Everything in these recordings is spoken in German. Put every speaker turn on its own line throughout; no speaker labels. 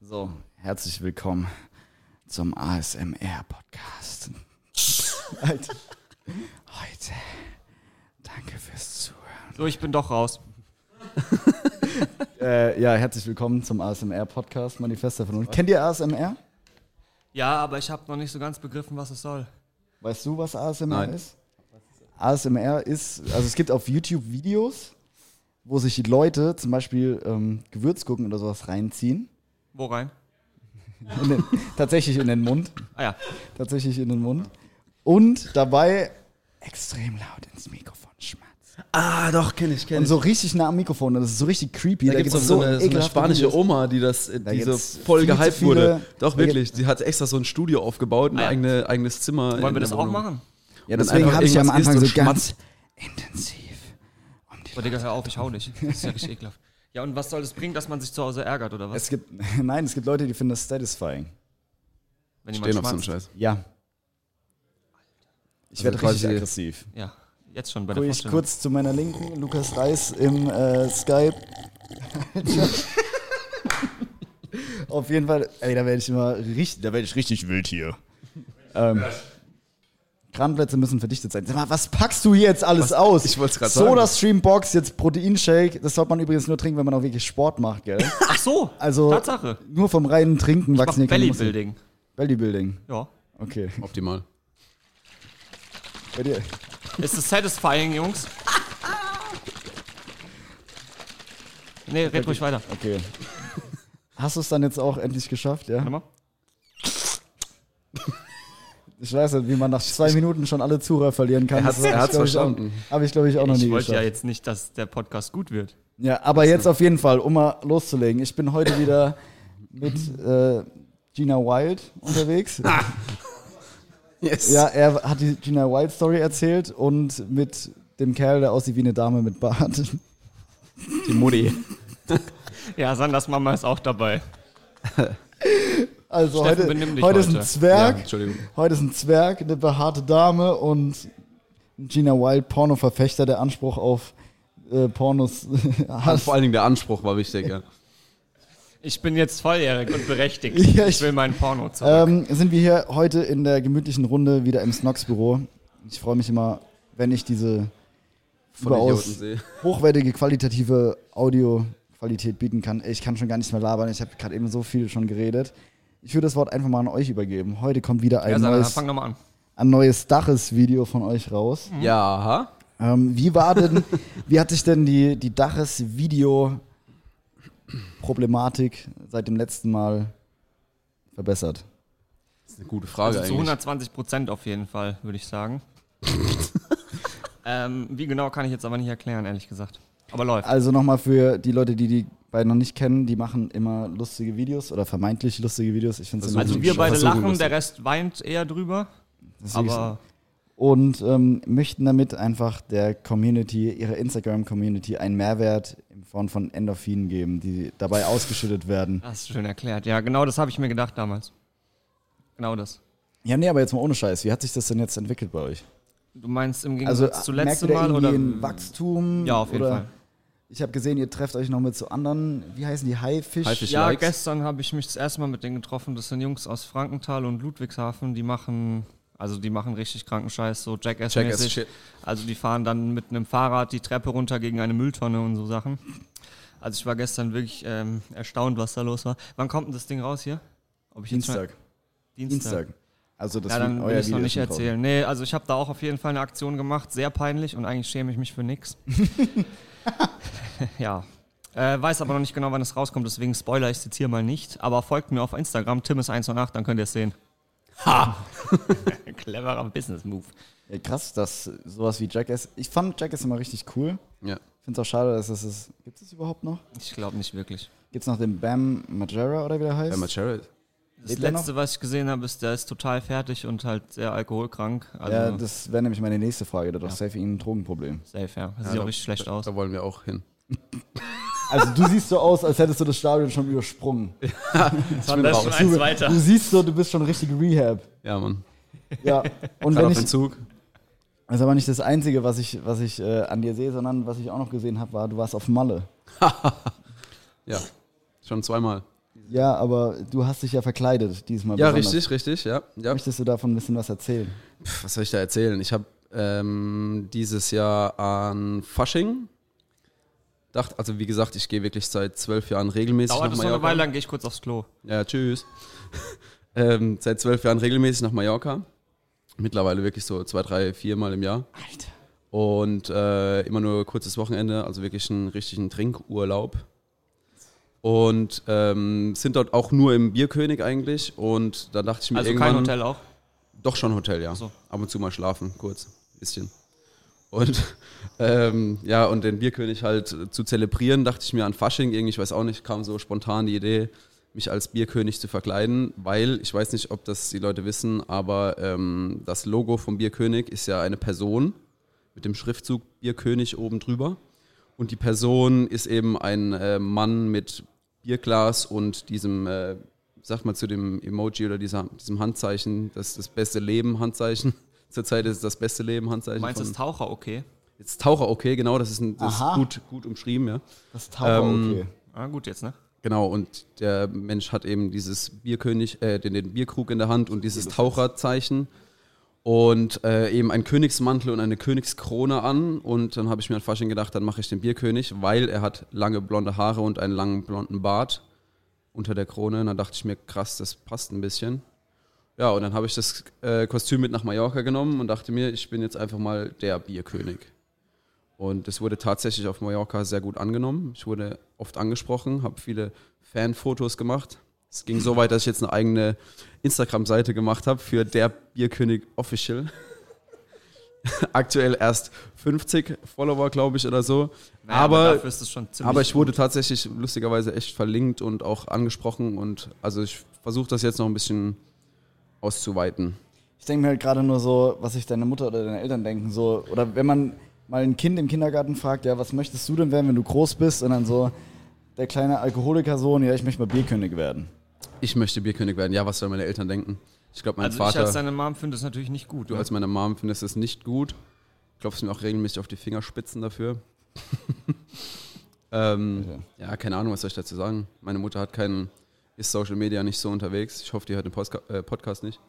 So, herzlich willkommen zum ASMR-Podcast. Alter, heute, danke fürs Zuhören.
So, ich bin doch raus.
Ja, herzlich willkommen zum ASMR-Podcast, Manifest der Vernunft. Kennt ihr ASMR?
Ja, aber ich habe noch nicht so ganz begriffen, was es soll.
Weißt du, was ASMR
Nein.
ist? ASMR ist, also es gibt auf YouTube Videos, wo sich die Leute zum Beispiel Gewürzgurken oder sowas reinziehen.
Wo rein?
Tatsächlich in den Mund.
Ah ja.
Tatsächlich in den Mund. Und dabei extrem laut ins Mikrofon schmatzen.
Ah, doch, kenn ich.
Und so richtig nah am Mikrofon. Das ist so richtig creepy.
Da gibt es so eine
ekelhafte
spanische
Videos.
Oma, die so
gibt's
voll
viel zu
gehypt
viele-
wurde. Doch,
da
wirklich. Sie hat extra so ein Studio aufgebaut, ein eigenes Zimmer.
Wollen
in
wir das
der
auch
Wohnung.
machen?
Ja,
Und
deswegen
einfach
habe ich ja am
irgendwas
Anfang
isst
so
und
ganz intensiv um die
Oh, Digga, hör auf, ich hau dich. Das ist ja richtig ekelhaft. Ja, und was soll das bringen, dass man sich zu Hause ärgert, oder was?
Es gibt Leute, die finden das satisfying.
Wenn
Stehen auf so einen
schmatzt.
Scheiß.
Ja. Ich
Also
werde richtig
quasi-
aggressiv.
Ja, jetzt schon bei
Guck
der
ich
Vorstellung.
kurz zu meiner Linken, Lukas Reis im Skype. Alter. Auf jeden Fall, ey, da werde ich richtig wild hier. Kranplätze müssen verdichtet sein. Sag mal, was packst du jetzt alles aus?
Ich wollt's grad sagen.
Soda-Stream-Box, jetzt Proteinshake. Das sollte man übrigens nur trinken, wenn man auch wirklich Sport macht, gell?
Ach so,
Also
Tatsache.
nur vom reinen Trinken
Ich mach
wachsen hier keine Muskeln.
Bellybuilding.
Bellybuilding.
Ja.
Okay.
Optimal.
Bei dir?
Ist es satisfying, Jungs? Nee, red ruhig weiter.
Okay. Hast du es dann jetzt auch endlich geschafft, ja?
Warte mal.
Ich weiß nicht, wie man nach 2 Minuten schon alle Zuhörer verlieren kann.
Er hat's verstanden.
Habe ich, glaube ich, auch noch nie
Ich wollte
geschafft.
ja jetzt nicht, dass der Podcast gut wird.
Ja, aber jetzt auf jeden Fall, um mal loszulegen. Ich bin heute wieder mit Gina Wild unterwegs.
Yes.
Ja, er hat die Gina Wild Story erzählt und mit dem Kerl, der aussieht wie eine Dame mit Bart.
Die Mutti.
Ja, Sanders Mama ist auch dabei.
Also
Steffen,
heute,
benimm dich
heute ist
heute.
ein Zwerg,
Ja, Entschuldigung.
heute ist ein Zwerg, eine behaarte Dame und Gina Wild, Porno-Verfechter, der Anspruch auf Pornos hat.
Vor allen Dingen der Anspruch war wichtig, ja.
Ich bin jetzt volljährig und berechtigt.
Ja,
ich will mein Porno zurück.
Sind wir hier heute in der gemütlichen Runde wieder im Snox-Büro. Ich freue mich immer, wenn ich diese
Von
überaus
Idiotensee.
hochwertige, qualitative Audioqualität bieten kann. Ich kann schon gar nicht mehr labern, ich habe gerade eben so viel schon geredet. Ich würde das Wort einfach mal an euch übergeben. Heute kommt wieder
Ja,
ein
Sanders, fang doch mal an.
neues Daches-Video von euch raus.
Ja.
Wie hat sich denn die Daches-Video-Problematik seit dem letzten Mal verbessert?
Das ist eine gute Frage
Also zu
eigentlich.
120% auf jeden Fall, würde ich sagen. Wie genau kann ich jetzt aber nicht erklären, ehrlich gesagt. Aber läuft.
Also nochmal für die Leute, die beiden noch nicht kennen, die machen immer lustige Videos oder vermeintlich lustige Videos. Ich finde es
Also
immer
wir beide
versuchen
lachen,
lustig.
der Rest weint eher drüber.
das ist wirklich
Aber
so. Und möchten damit einfach der Community, ihrer Instagram-Community, einen Mehrwert in Form von Endorphinen geben, die dabei ausgeschüttet werden.
das ist schön erklärt. Ja, genau das habe ich mir gedacht damals. Genau das.
Ja, nee, aber jetzt mal ohne Scheiß. Wie hat sich das denn jetzt entwickelt bei euch?
Du meinst im
Also
Gegensatz zu
merkt
letztem
ihr da
Mal
irgendwie
oder?
ein Wachstum?
Ja, auf jeden
oder?
Fall.
Ich habe gesehen, ihr trefft euch noch mit so anderen, wie heißen die, Haifisch?
Haifisch.
Ja,
Likes.
gestern habe ich mich das erste Mal mit denen getroffen. Das sind Jungs aus Frankenthal und Ludwigshafen. Die machen richtig kranken Scheiß, so Jackass-mäßig.
Jackass-Shit.
Also die fahren dann mit einem Fahrrad die Treppe runter gegen eine Mülltonne und so Sachen. Also ich war gestern wirklich erstaunt, was da los war. Wann kommt denn das Ding raus hier? Ob ich jetzt schon-
Dienstag.
Dienstag.
Also das
Ja, dann will
euer
ich es noch
Video
nicht
ist schon draußen.
erzählen. Nee, also ich habe da auch auf jeden Fall eine Aktion gemacht, sehr peinlich und eigentlich schäme ich mich für nix. Ja. Weiß aber noch nicht genau, wann es rauskommt, deswegen spoiler ich es jetzt hier mal nicht. Aber folgt mir auf Instagram, Timmis108, dann könnt ihr es sehen. Ha! Cleverer Business-Move.
Ja, krass, dass sowas wie Jackass, ich fand Jackass immer richtig cool.
Ja.
Ich finde es auch schade, dass es ist. Gibt es überhaupt noch?
Ich glaube nicht wirklich.
Gibt es noch den Bam Margera oder wie der heißt?
Emma Jared.
Das
Lebt der
letzte, was ich gesehen habe, ist, der ist total fertig und halt sehr alkoholkrank. Also
Ja, das wäre nämlich meine nächste Frage. Der hat doch safe ein Drogenproblem.
safe, ja. Das sieht
da-
auch richtig schlecht aus.
Da wollen wir auch hin.
Also du siehst so aus, als hättest du das Stadion schon übersprungen.
Das
bin raus.
schon eins weiter.
Du siehst so, du bist schon richtig Rehab.
Ja, Mann.
Ja. Und
Gerade
wenn
auf
ich,
Entzug.
das ist aber nicht das Einzige, was ich an dir sehe, sondern was ich auch noch gesehen habe, war, du warst auf Malle.
Ja. Schon zweimal.
Ja, aber du hast dich ja verkleidet diesmal.
Ja,
besonders.
richtig, ja.
Möchtest du davon ein bisschen was erzählen?
Was soll ich da erzählen? Ich habe dieses Jahr an Fasching gedacht, also wie gesagt, ich gehe wirklich seit 12 Jahren regelmäßig
Dauert
nach
es noch
Mallorca.
eine Weile, dann gehe ich kurz aufs Klo.
Ja, tschüss. Seit 12 Jahren regelmäßig nach Mallorca. Mittlerweile wirklich so 2, 3, 4 Mal im Jahr.
Alter.
Und immer nur kurzes Wochenende, also wirklich einen richtigen Trinkurlaub. Und sind dort auch nur im Bierkönig eigentlich. Und da dachte ich mir
Also
irgendwann...
kein Hotel auch?
Doch schon Hotel, ja.
So.
Ab und zu mal schlafen, kurz, bisschen. Und ja, und den Bierkönig halt zu zelebrieren, dachte ich mir an Fasching, irgendwie, ich weiß auch nicht, kam so spontan die Idee, mich als Bierkönig zu verkleiden, weil, ich weiß nicht, ob das die Leute wissen, aber das Logo vom Bierkönig ist ja eine Person mit dem Schriftzug Bierkönig oben drüber. Und die Person ist eben ein Mann mit Bierglas und diesem, sag mal zu dem Emoji oder diesem Handzeichen, das beste Leben Handzeichen. Zurzeit ist es das beste Leben Handzeichen.
Meinst du, das Taucher okay?
Jetzt Taucher okay, genau, das ist gut umschrieben, ja.
Das Taucher, okay.
Ah, gut jetzt, ne?
Genau, und der Mensch hat eben dieses Bierkönig, den Bierkrug in der Hand und dieses Taucherzeichen und eben einen Königsmantel und eine Königskrone an. Und dann habe ich mir an Fasching gedacht, dann mache ich den Bierkönig, weil er hat lange blonde Haare und einen langen blonden Bart unter der Krone. Und dann dachte ich mir, krass, das passt ein bisschen. Ja, und dann habe ich das Kostüm mit nach Mallorca genommen und dachte mir, ich bin jetzt einfach mal der Bierkönig. Und es wurde tatsächlich auf Mallorca sehr gut angenommen. Ich wurde oft angesprochen, habe viele Fanfotos gemacht. Es ging so weit, dass ich jetzt eine eigene Instagram-Seite gemacht habe für der Bierkönig Official. Aktuell erst 50 Follower, glaube ich, oder so.
Naja,
aber
dafür ist es schon ziemlich
aber ich wurde tatsächlich lustigerweise echt verlinkt und auch angesprochen. Und also ich versuche das jetzt noch ein bisschen auszuweiten.
Ich denke mir halt gerade nur so, was sich deine Mutter oder deine Eltern denken, so, oder wenn man mal ein Kind im Kindergarten fragt, ja, was möchtest du denn werden, wenn du groß bist? Und dann so, der kleine Alkoholikersohn, ja, ich möchte mal Bierkönig werden.
Ich möchte Bierkönig werden. Ja, was sollen meine Eltern denken? Ich glaube, mein
also
Vater...
ich als deine Mom finde es natürlich nicht gut.
Du
Ne?
als meine Mom findest es nicht gut. Klopfst mir auch regelmäßig auf die Fingerspitzen dafür. Ja, keine Ahnung, was soll ich dazu sagen? Meine Mutter ist Social Media nicht so unterwegs. Ich hoffe, die hört den Podcast nicht.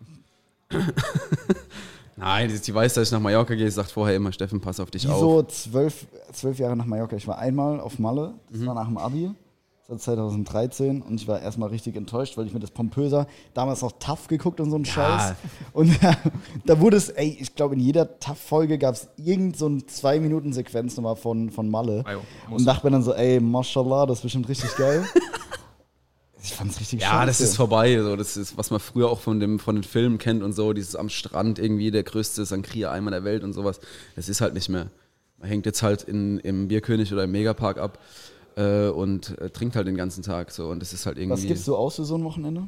Nein, die weiß, dass ich nach Mallorca gehe. Sie sagt vorher immer, Steffen, pass auf dich auf.
So 12 Jahre nach Mallorca. Ich war einmal auf Malle, das war nach dem Abi. Das war 2013 und ich war erstmal richtig enttäuscht, weil ich mir das pompöser, damals noch TAF geguckt und so einen Scheiß. Und da wurde es, ich glaube in jeder TAF-Folge gab es irgend so eine 2-Minuten-Sequenz nochmal von Malle. Und dachte mir dann so, Mashallah, das ist bestimmt richtig geil. Ich fand's richtig scheiße.
Ja, das ist vorbei. So, das ist, was man früher auch von den Filmen kennt und so, dieses am Strand irgendwie der größte Sangria-Eimer der Welt und sowas. Das ist halt nicht mehr. Man hängt jetzt halt im Bierkönig oder im Megapark ab und trinkt halt den ganzen Tag. So, und das ist halt irgendwie...
Was gibst du aus für so ein Wochenende?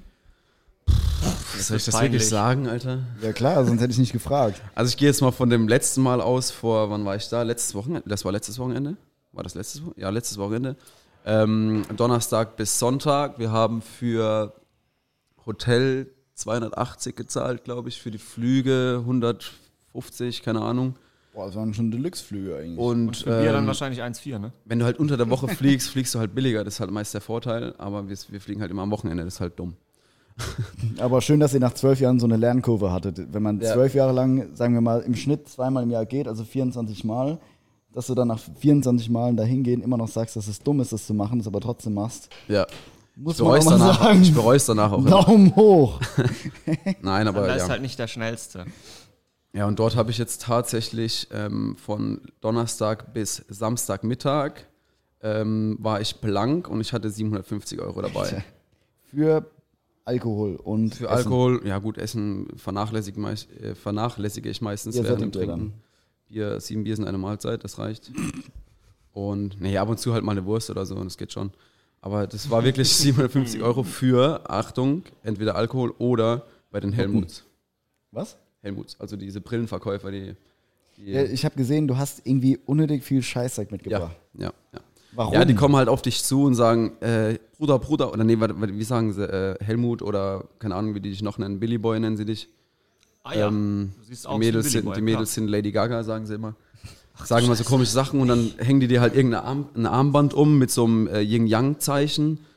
Soll ich das wirklich sagen, Alter?
Ja klar, sonst hätte ich nicht gefragt.
Also ich gehe jetzt mal von dem letzten Mal aus, wann war ich da? Letztes Wochenende? Das war letztes Wochenende? War das letztes Wochenende? Ja, letztes Wochenende. Donnerstag bis Sonntag. Wir haben für Hotel 280 gezahlt, glaube ich, für die Flüge 150, keine Ahnung.
Boah, das waren schon Deluxe-Flüge eigentlich.
Und für Bier dann wahrscheinlich 1,4, ne?
Wenn du halt unter der Woche fliegst du halt billiger. Das ist halt meist der Vorteil. Aber wir fliegen halt immer am Wochenende. Das ist halt dumm.
Aber schön, dass ihr nach 12 Jahren so eine Lernkurve hattet. Wenn man 12 Jahre lang, sagen wir mal, im Schnitt 2-mal im Jahr geht, also 24 Mal, dass du dann nach 24 Malen dahin gehen immer noch sagst, dass es dumm ist, das zu machen, es aber trotzdem machst.
Ja.
Muss man auch mal sagen.
Ich bereue es danach auch.
Daumen hoch.
Nein, aber
das
ja.
ist halt nicht der schnellste.
Ja, und dort habe ich jetzt tatsächlich von Donnerstag bis Samstagmittag war ich blank und ich hatte 750 € dabei.
Für Alkohol und
Für
Essen.
Alkohol, ja gut, Essen vernachlässige ich meistens
Ja,
während dem
seid ihr
Trinken. 7 Bier sind eine Mahlzeit, das reicht. Und nee, ab und zu halt mal eine Wurst oder so, und das geht schon. Aber das war wirklich 750 € für, Achtung, entweder Alkohol oder bei den Helmuts.
Was?
Helmuts, also diese Brillenverkäufer,
Ja, ich habe gesehen, du hast irgendwie unnötig viel Scheißdreck mitgebracht.
Ja.
Warum?
Ja, die kommen halt auf dich zu und sagen, Bruder, oder nee, wie sagen sie, Helmut oder keine Ahnung, wie die dich noch nennen, Billy Boy nennen sie dich.
Ah ja,
du
siehst
die Mädels sind Lady Gaga, sagen sie immer. Sagen mal so komische Sachen und dann hängen die dir halt ein Armband um mit so einem Yin-Yang-Zeichen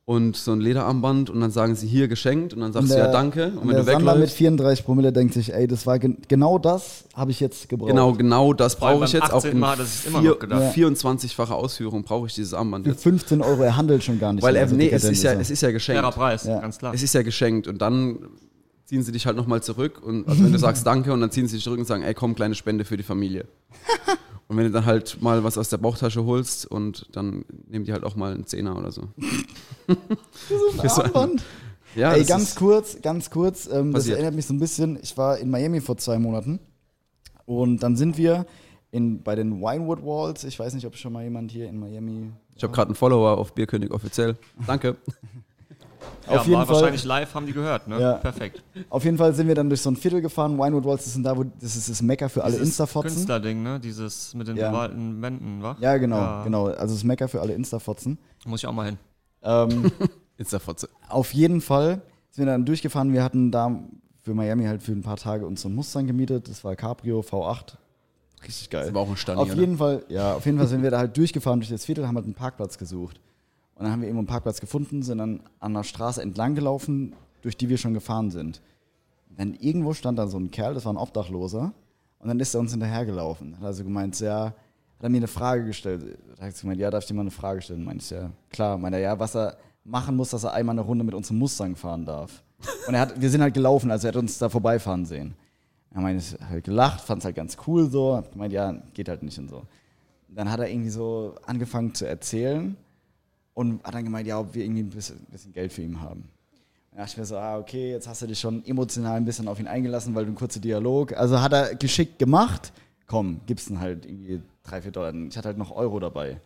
und so ein Lederarmband und dann sagen sie hier geschenkt und dann sagst du ja danke und wenn du
Sammler mit
wegläufst.
34 Promille denkt sich, ey, das war genau das habe ich jetzt gebraucht.
Genau das brauche ich jetzt auch in
Mal, das ist immer noch gedacht.
24-fache Ausführung brauche ich dieses Armband
Für
jetzt.
15 €, er handelt schon gar nicht.
Weil
mehr. Also
es ist ja geschenkt.
Fairer Preis, ganz klar.
Es ist ja geschenkt und dann ziehen sie dich halt nochmal zurück und also wenn du sagst danke und dann ziehen sie dich zurück und sagen, ey komm, kleine Spende für die Familie. Und wenn du dann halt mal was aus der Bauchtasche holst und dann nehmen die halt auch mal einen Zehner oder so.
Das ist ein Armband.
Ja,
ey, ganz kurz, das
passiert.
erinnert mich so ein bisschen, ich war in Miami vor 2 Monaten und dann sind wir bei den Winewood Walls, ich weiß nicht, ob schon mal jemand hier in Miami...
Ich habe gerade einen Follower auf Bierkönig offiziell. Danke.
Auf jeden Fall,
wahrscheinlich live haben die gehört, ne?
Ja.
Perfekt.
Auf jeden Fall sind wir dann durch so ein Viertel gefahren. Winewood Walls, das ist das Mekka für alle Insta-Fotzen.
Künstlerding, ne? Dieses mit den bemalten Wänden, wa?
Ja, genau. Also das Mekka für alle Insta-Fotzen.
Muss ich auch mal hin.
Insta-Fotze.
Auf jeden Fall sind wir dann durchgefahren. Wir hatten da für Miami halt für ein paar Tage uns so einen Mustang gemietet. Das war Cabrio V8. Richtig geil.
Das war auch ein Stani,
Auf jeden Fall sind wir da halt durchgefahren durch das Viertel, haben halt einen Parkplatz gesucht. Und dann haben wir irgendwo einen Parkplatz gefunden, sind dann an der Straße entlang gelaufen, durch die wir schon gefahren sind. Und dann irgendwo stand da so ein Kerl, das war ein Obdachloser, und dann ist er uns hinterhergelaufen. Hat also gemeint, hat er mir eine Frage gestellt. Da hat er gemeint, ja, darf ich dir mal eine Frage stellen? Meinte ich, ja, klar. Meinte er, ja, was er machen muss, dass er einmal eine Runde mit uns im Mustang fahren darf. Und wir sind halt gelaufen, also er hat uns da vorbeifahren sehen. Er meinte, ich halt gelacht, fand es halt ganz cool so, hat gemeint, ja, geht halt nicht und so. Dann hat er irgendwie so angefangen zu erzählen und hat dann gemeint, ja, ob wir irgendwie ein bisschen Geld für ihn haben. Da dachte ich mir so, okay, jetzt hast du dich schon emotional ein bisschen auf ihn eingelassen, weil du einen kurzen Dialog, also hat er geschickt gemacht, komm, gib's ihm halt irgendwie 3-4 $. Ich hatte halt noch Euro dabei.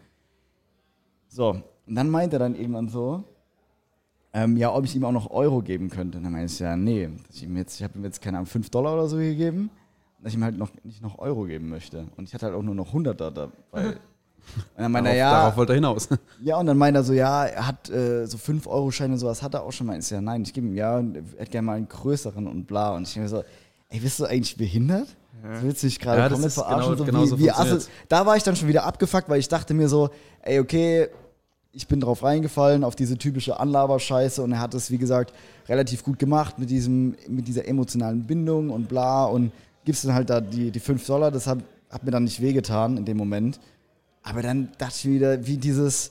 So, und dann meint er dann irgendwann so, ja, ob ich ihm auch noch Euro geben könnte. Und dann meinte ich, ja, nee, ich habe ihm jetzt, keine Ahnung, $5 oder so gegeben, dass ich ihm halt nicht noch Euro geben möchte. Und ich hatte halt auch nur noch 100 dabei. Und dann meinte er, ja.
Darauf wollte er hinaus.
Ja, und dann meinte er so, ja, er hat so 5-Euro-Scheine und sowas hat er auch schon. Meinte ich, ja, nein, ich gebe ihm, ja, und er hätte gerne mal einen größeren und bla. Und ich denke mir so, ey, bist du eigentlich behindert? Ja. Du willst dich gerade komplett verarschen.
Genau so
da war ich dann schon wieder abgefuckt, weil ich dachte mir so, ey, okay, ich bin drauf reingefallen, auf diese typische Anlaberscheiße und er hat es, wie gesagt, relativ gut gemacht mit dieser emotionalen Bindung und bla und gibst dann halt da die $5, das hat mir dann nicht wehgetan in dem Moment. Aber dann dachte ich wieder, wie es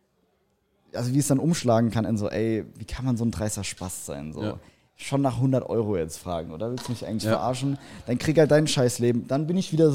dann umschlagen kann in so, ey, wie kann man so ein dreister Spaß sein, so. Ja. Schon nach 100 Euro jetzt fragen, oder? Willst du mich eigentlich verarschen? Dann krieg halt dein Scheißleben. Dann bin ich wieder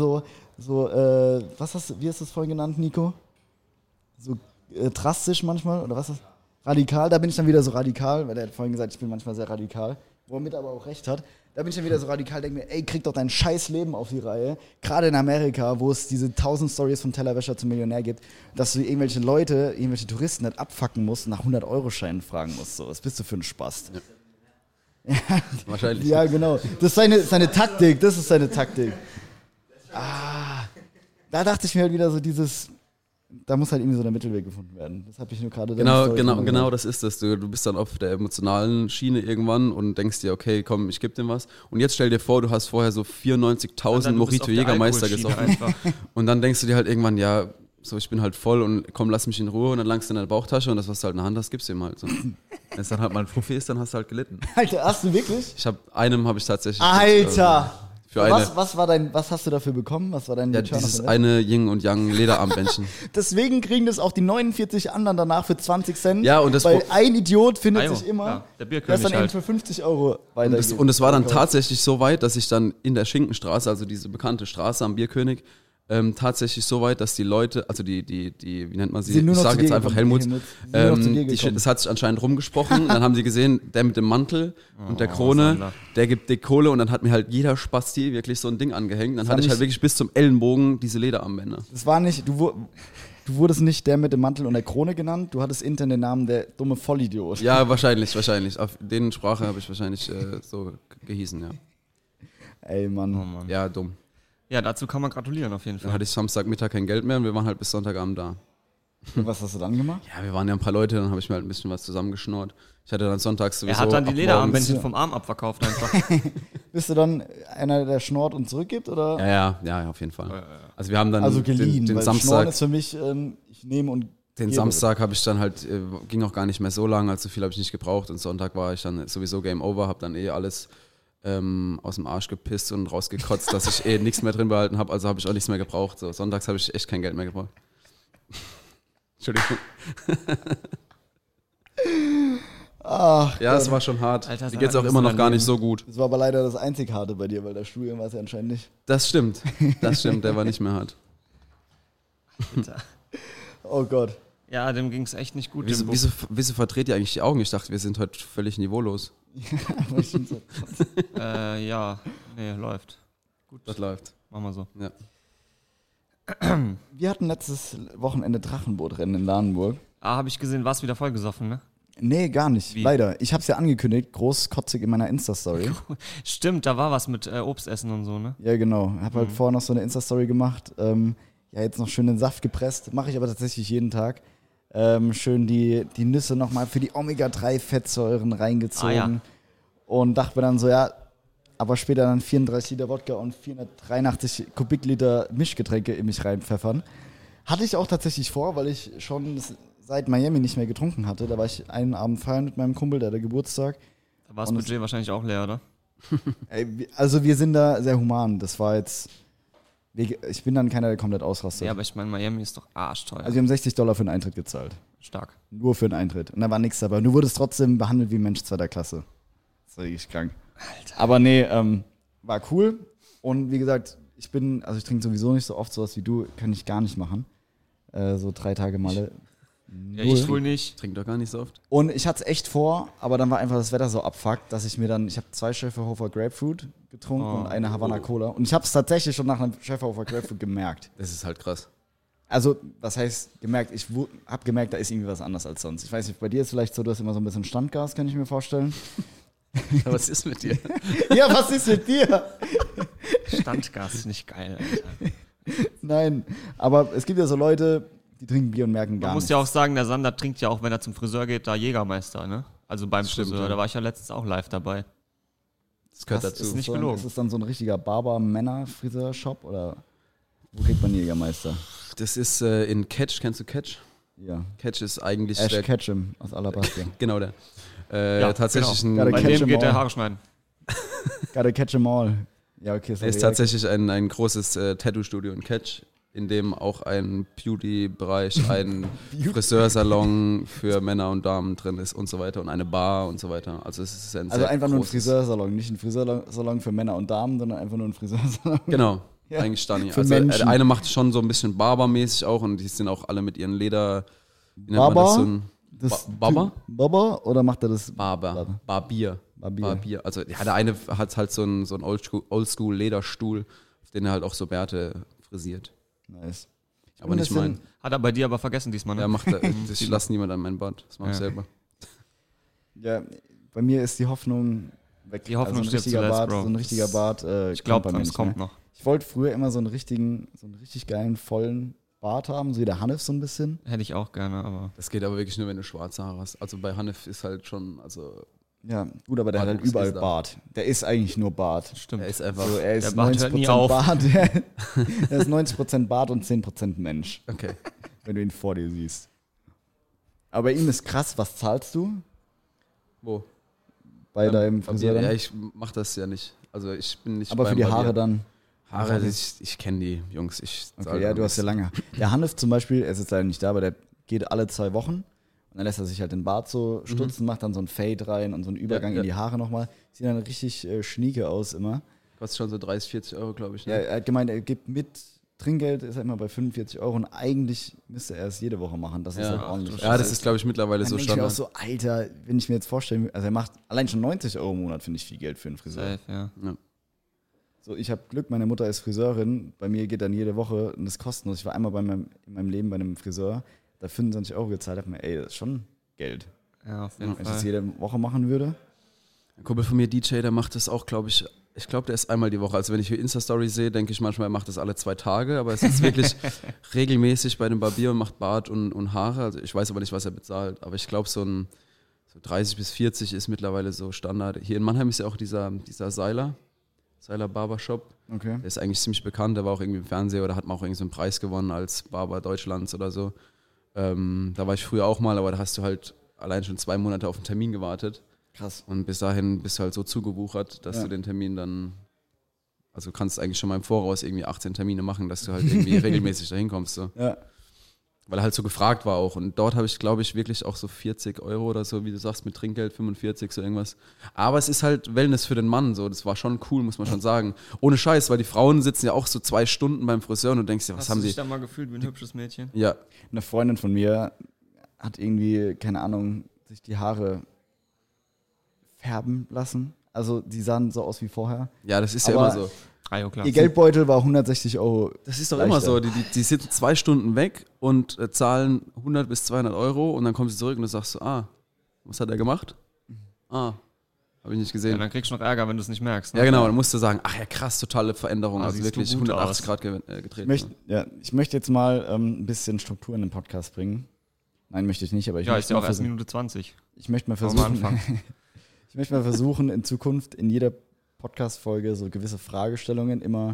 wie hast du es vorhin genannt, Nico? So drastisch manchmal, oder was ist das? Radikal, da bin ich dann wieder so radikal, weil er hat vorhin gesagt, ich bin manchmal sehr radikal, womit er aber auch recht hat. Da bin ich dann wieder so radikal, denke mir, ey, krieg doch dein scheiß Leben auf die Reihe. Gerade in Amerika, wo es diese 1000 Stories vom Tellerwäscher zum Millionär gibt, dass du irgendwelche Touristen nicht abfacken musst und nach 100-Euro-Scheinen fragen musst. So, was bist du für ein Spast? Ja.
Wahrscheinlich.
Ja, genau. Das ist seine Taktik, Da dachte ich mir halt wieder so da muss halt irgendwie so der Mittelweg gefunden werden. Das habe ich nur gerade...
Genau, das ist das. Du bist dann auf der emotionalen Schiene irgendwann und denkst dir, okay, komm, ich gebe dem was. Und jetzt stell dir vor, du hast vorher so 94.000 Mojito Jägermeister gesoffen. Und dann denkst du dir halt irgendwann, ja, so ich bin halt voll und komm, lass mich in Ruhe. Und dann langst du in deine Bauchtasche und das, was du halt in der Hand hast, gibst du ihm halt so. Wenn es dann halt mal ein Fuffi ist, dann hast du halt gelitten.
Alter, hast du wirklich?
Einem habe ich tatsächlich...
Alter!
Was
hast du dafür bekommen? Was war dein
Return? Ja, dieses eine Yin und Yang Lederarmbändchen.
Deswegen kriegen das auch die 49 anderen danach für 20 Cent.
Ja, und
weil ein Idiot findet sich immer,
ja, der
der es dann eben für 50 Euro weitergeht.
Und es war dann tatsächlich so weit, dass ich dann in der Schinkenstraße, also diese bekannte Straße am Bierkönig, tatsächlich so weit, dass die Leute, also die wie nennt man sie? Ich sage jetzt einfach Helmut. Das hat sich anscheinend rumgesprochen. Dann haben sie gesehen, der mit dem Mantel und der Krone, der gibt dick Kohle und dann hat mir halt jeder Spasti wirklich so ein Ding angehängt. Dann hatte ich halt wirklich bis zum Ellenbogen diese Lederarmbänder.
Das war nicht, du wurdest nicht der mit dem Mantel und der Krone genannt, du hattest intern den Namen der dumme Vollidiot.
Ja, wahrscheinlich. Auf den Sprache habe ich wahrscheinlich so gehießen, ja.
Ey, Mann.
Oh, Mann.
Ja, dumm.
Ja, dazu kann man gratulieren auf jeden Fall.
Dann hatte ich Samstagmittag kein Geld mehr und wir waren halt bis Sonntagabend da.
Und was hast du dann gemacht?
Ja, wir waren ja ein paar Leute, dann habe ich mir halt ein bisschen was zusammengeschnurrt. Ich hatte dann sonntags sowieso...
Er hat dann die Lederarmbändchen vom Arm abverkauft einfach.
Bist du dann einer, der schnort und zurückgibt, oder?
Ja, auf jeden Fall. Also wir haben dann
geliehen,
den
weil
Samstag...
Schnorren ist für mich, ich nehme und
Den Samstag habe ich dann halt, ging auch gar nicht mehr so lang, also viel habe ich nicht gebraucht. Und Sonntag war ich dann sowieso Game Over, habe dann alles aus dem Arsch gepisst und rausgekotzt, dass ich nichts mehr drin behalten habe. Also habe ich auch nichts mehr gebraucht. So, sonntags habe ich echt kein Geld mehr gebraucht. Entschuldigung.
Ach,
ja, es war schon hart.
Alter,
mir geht es auch immer noch gar nicht so gut.
Das war aber leider das einzig Harte bei dir, weil das Studium war es ja anscheinend nicht.
Das stimmt, der war nicht mehr hart.
Alter.
Oh Gott.
Ja, dem ging es echt nicht gut.
Wieso verdreht ihr eigentlich die Augen? Ich dachte, wir sind heute völlig niveaulos.
Ja, nee, läuft. Gut.
Das läuft.
Machen wir so.
Ja.
Wir hatten letztes Wochenende Drachenbootrennen in Lahnenburg.
Habe ich gesehen, warst wieder vollgesoffen, ne?
Nee, gar nicht.
Wie?
Leider. Ich hab's ja angekündigt, großkotzig in meiner Insta-Story.
Stimmt, da war was mit Obstessen und so, ne?
Ja, genau. Hab halt vorher noch so eine Insta-Story gemacht. Ja, jetzt noch schön den Saft gepresst. Mache ich aber tatsächlich jeden Tag. Schön die Nüsse nochmal für die Omega-3-Fettsäuren reingezogen.
Ja.
Und dachte mir dann so, ja, aber später dann 34 Liter Wodka und 483 Kubikliter Mischgetränke in mich reinpfeffern. Hatte ich auch tatsächlich vor, weil ich schon seit Miami nicht mehr getrunken hatte. Da war ich einen Abend feiern mit meinem Kumpel, der hatte Geburtstag.
Da war das Budget wahrscheinlich auch leer, oder?
Also wir sind da sehr human. Das war jetzt... Ich bin dann keiner, der komplett ausrastet.
Ja, aber ich meine, Miami ist doch arschteuer.
Also wir haben $60 für den Eintritt gezahlt.
Stark.
Nur für den Eintritt. Und da war nichts dabei. Und du wurdest trotzdem behandelt wie ein Mensch zweiter Klasse. Das war richtig krank. Alter. Aber nee, war cool. Und wie gesagt, ich trinke sowieso nicht so oft sowas wie du. Kann ich gar nicht machen. So 3 Tage Malle.
Ja, ich wohl nicht.
Ich trinke doch gar nicht so oft.
Und ich hatte es echt vor, aber dann war einfach das Wetter so abfuckt, dass ich habe 2 Schäferhofer Grapefruit getrunken und eine Havana Cola. Und ich habe es tatsächlich schon nach einem Schäferhofer Grapefruit gemerkt.
Das ist halt krass.
Also, was heißt gemerkt? Ich habe gemerkt, da ist irgendwie was anders als sonst. Ich weiß nicht, bei dir ist vielleicht so, du hast immer so ein bisschen Standgas, kann ich mir vorstellen.
Was ist mit dir?
Ja, was ist mit dir?
Standgas ist nicht geil, Alter.
Nein, aber es gibt ja so Leute, die trinken Bier und merken gar
Man muss
nichts.
ja auch sagen, der Sander trinkt ja auch, wenn er zum Friseur geht, da Jägermeister, ne? Also beim
Stimmt,
Friseur,
ja.
da war ich ja letztens auch live dabei.
Das gehört
Was
dazu.
ist nicht
so,
gelogen.
ist es dann so ein richtiger Barber-Männer-Friseur-Shop oder wo kriegt man Jägermeister?
Das ist in Catch, kennst du Catch?
Ja.
Catch ist eigentlich
Ash Ketchum aus Alabaster.
genau der.
Ja,
tatsächlich
genau.
ein,
Bei
Catch
dem
'em
geht der
all.
Haare schneiden.
Gotta catch 'em all. Ja, okay.
er
sorry.
ist tatsächlich ein großes Tattoo-Studio in Catch, in dem auch ein Beauty-Bereich, ein Friseursalon für Männer und Damen drin ist und so weiter und eine Bar und so weiter. Also es ist ein
Also
sehr
einfach nur ein
großes-
Friseursalon, nicht ein Friseursalon für Männer und Damen, sondern einfach nur ein Friseursalon.
Genau,
Ja.
eigentlich Stani.
Für
Also
Menschen.
der eine macht schon so ein bisschen Barber-mäßig auch und die sind auch alle mit ihren Leder... Wie nennt man
Barber?
das? So ein Barber?
Barber oder macht er das?
Barbier.
Barbier.
Also ja, der eine hat halt so einen Oldschool-Lederstuhl, auf den er halt auch so Bärte frisiert.
Nice.
Aber nicht mein.
Hat er bei dir aber vergessen diesmal, ne?
Er macht ich lasse niemand an mein Bart. Das mache ich
Ja.
selber.
Ja, bei mir ist die Hoffnung weg.
Die Hoffnung
also ein
stirbt
richtiger
zuletzt,
Bart,
Bro.
so ein richtiger Bart.
Ich glaube,
bei mir
es
nicht
kommt
mehr.
noch.
Ich wollte früher immer so einen richtig geilen, vollen Bart haben, so wie der Hanif so ein bisschen.
Hätte ich auch gerne, aber...
Das geht aber wirklich nur, wenn du schwarze Haare hast. Also bei Hanif ist halt schon, also
Ja, gut, aber der hat halt
Bartwuchs
überall
ist da.
Bart. Der ist eigentlich nur Bart.
Stimmt.
er ist einfach.
Also er ist
Der Bart hört
90%
nie auf.
Bart. Er ist 90% Bart und 10% Mensch,
Okay.
wenn du ihn vor dir siehst. Aber bei ihm ist krass, was zahlst du
Wo?
bei deinem
Bei
Friseur?
mir, ja,
dann?
ich mach das ja nicht. Also ich bin nicht
Aber für die
Barbier.
Haare dann?
Haare, ich kenne die Jungs. Ich
Okay, ja, du hast ja lange. Der Hanif zum Beispiel, er ist jetzt leider nicht da, aber der geht alle 2 Wochen und dann lässt er sich halt den Bart so stutzen, macht dann so einen Fade rein und so einen Übergang
Ja,
in die Haare nochmal. Sieht dann richtig schnieke aus immer.
Kostet schon so 30, 40 Euro, glaube ich.
Ja,
Ne?
er hat gemeint, er gibt mit Trinkgeld, ist er immer bei 45 Euro und eigentlich müsste er es jede Woche machen. Das ist
Ja.
halt ordentlich.
Ja, das ist, glaube ich, mittlerweile
dann
so
denke ich mir auch
Standard.
so, Alter, wenn ich mir jetzt vorstelle, also er macht allein schon 90 Euro im Monat, finde ich viel Geld für einen Friseur.
Safe, ja.
So, ich habe Glück, meine Mutter ist Friseurin, bei mir geht dann jede Woche und das ist kostenlos. Ich war einmal in meinem Leben bei einem Friseur, da 25 Euro gezahlt, habe mir, ey, das ist schon Geld.
Ja, auf jeden
Wenn ich das
Fall.
jede Woche machen würde.
Ein Kumpel von mir, DJ, der macht das auch, glaube ich, der ist einmal die Woche. Also wenn ich Insta-Story sehe, denke ich manchmal, er macht das alle 2 Tage, aber es ist wirklich regelmäßig bei dem Barbier und macht Bart und Haare. Also ich weiß aber nicht, was er bezahlt, aber ich glaube, so 30 bis 40 ist mittlerweile so Standard. Hier in Mannheim ist ja auch dieser Seiler Barbershop.
Okay.
Der ist eigentlich ziemlich bekannt, der war auch irgendwie im Fernsehen oder hat mal auch irgendwie so einen Preis gewonnen als Barber Deutschlands oder so. Da war ich früher auch mal, aber da hast du halt allein schon 2 Monate auf den Termin gewartet.
Krass.
Und bis dahin bist du halt so zugewuchert, dass du den Termin dann, also kannst eigentlich schon mal im Voraus irgendwie 18 Termine machen, dass du halt irgendwie regelmäßig dahin kommst. So.
Ja.
Weil er halt so gefragt war auch. Und dort habe ich, glaube ich, wirklich auch so 40 € oder so, wie du sagst, mit Trinkgeld, 45, so irgendwas. Aber es ist halt Wellness für den Mann, so. Das war schon cool, muss man schon sagen. Ohne Scheiß, weil die Frauen sitzen ja auch so 2 Stunden beim Friseur und du denkst dir, was haben sie?
Hast du dich da mal gefühlt wie ein hübsches Mädchen?
Ja.
Eine Freundin von mir hat irgendwie, keine Ahnung, sich die Haare färben lassen. Also die sahen so aus wie vorher.
Ja, das ist ja
Aber
immer so.
Ah, ja, klar.
Ihr Geldbeutel war 160 €.
Das ist doch
leichter.
immer so. Die sitzen 2 Stunden weg und zahlen 100 bis 200 € und dann kommst du zurück und du sagst so, was hat er gemacht? Habe ich nicht
Ja,
gesehen.
dann kriegst du noch Ärger, wenn du es nicht merkst. Ne?
Ja, genau, dann musst du sagen, ach ja, krass, totale Veränderung. Also
siehst du
wirklich
gut
180
aus.
Grad getreten.
Ich möchte jetzt mal ein bisschen Struktur in den Podcast bringen. Nein, möchte ich nicht, aber ich
Ja, ist
möchte
ja
mal
auch erst
versuchen.
Minute 20.
Ich möchte mal
Wollen wir
versuchen,
anfangen?
ich möchte mal versuchen, in Zukunft in jeder Podcast-Folge so gewisse Fragestellungen immer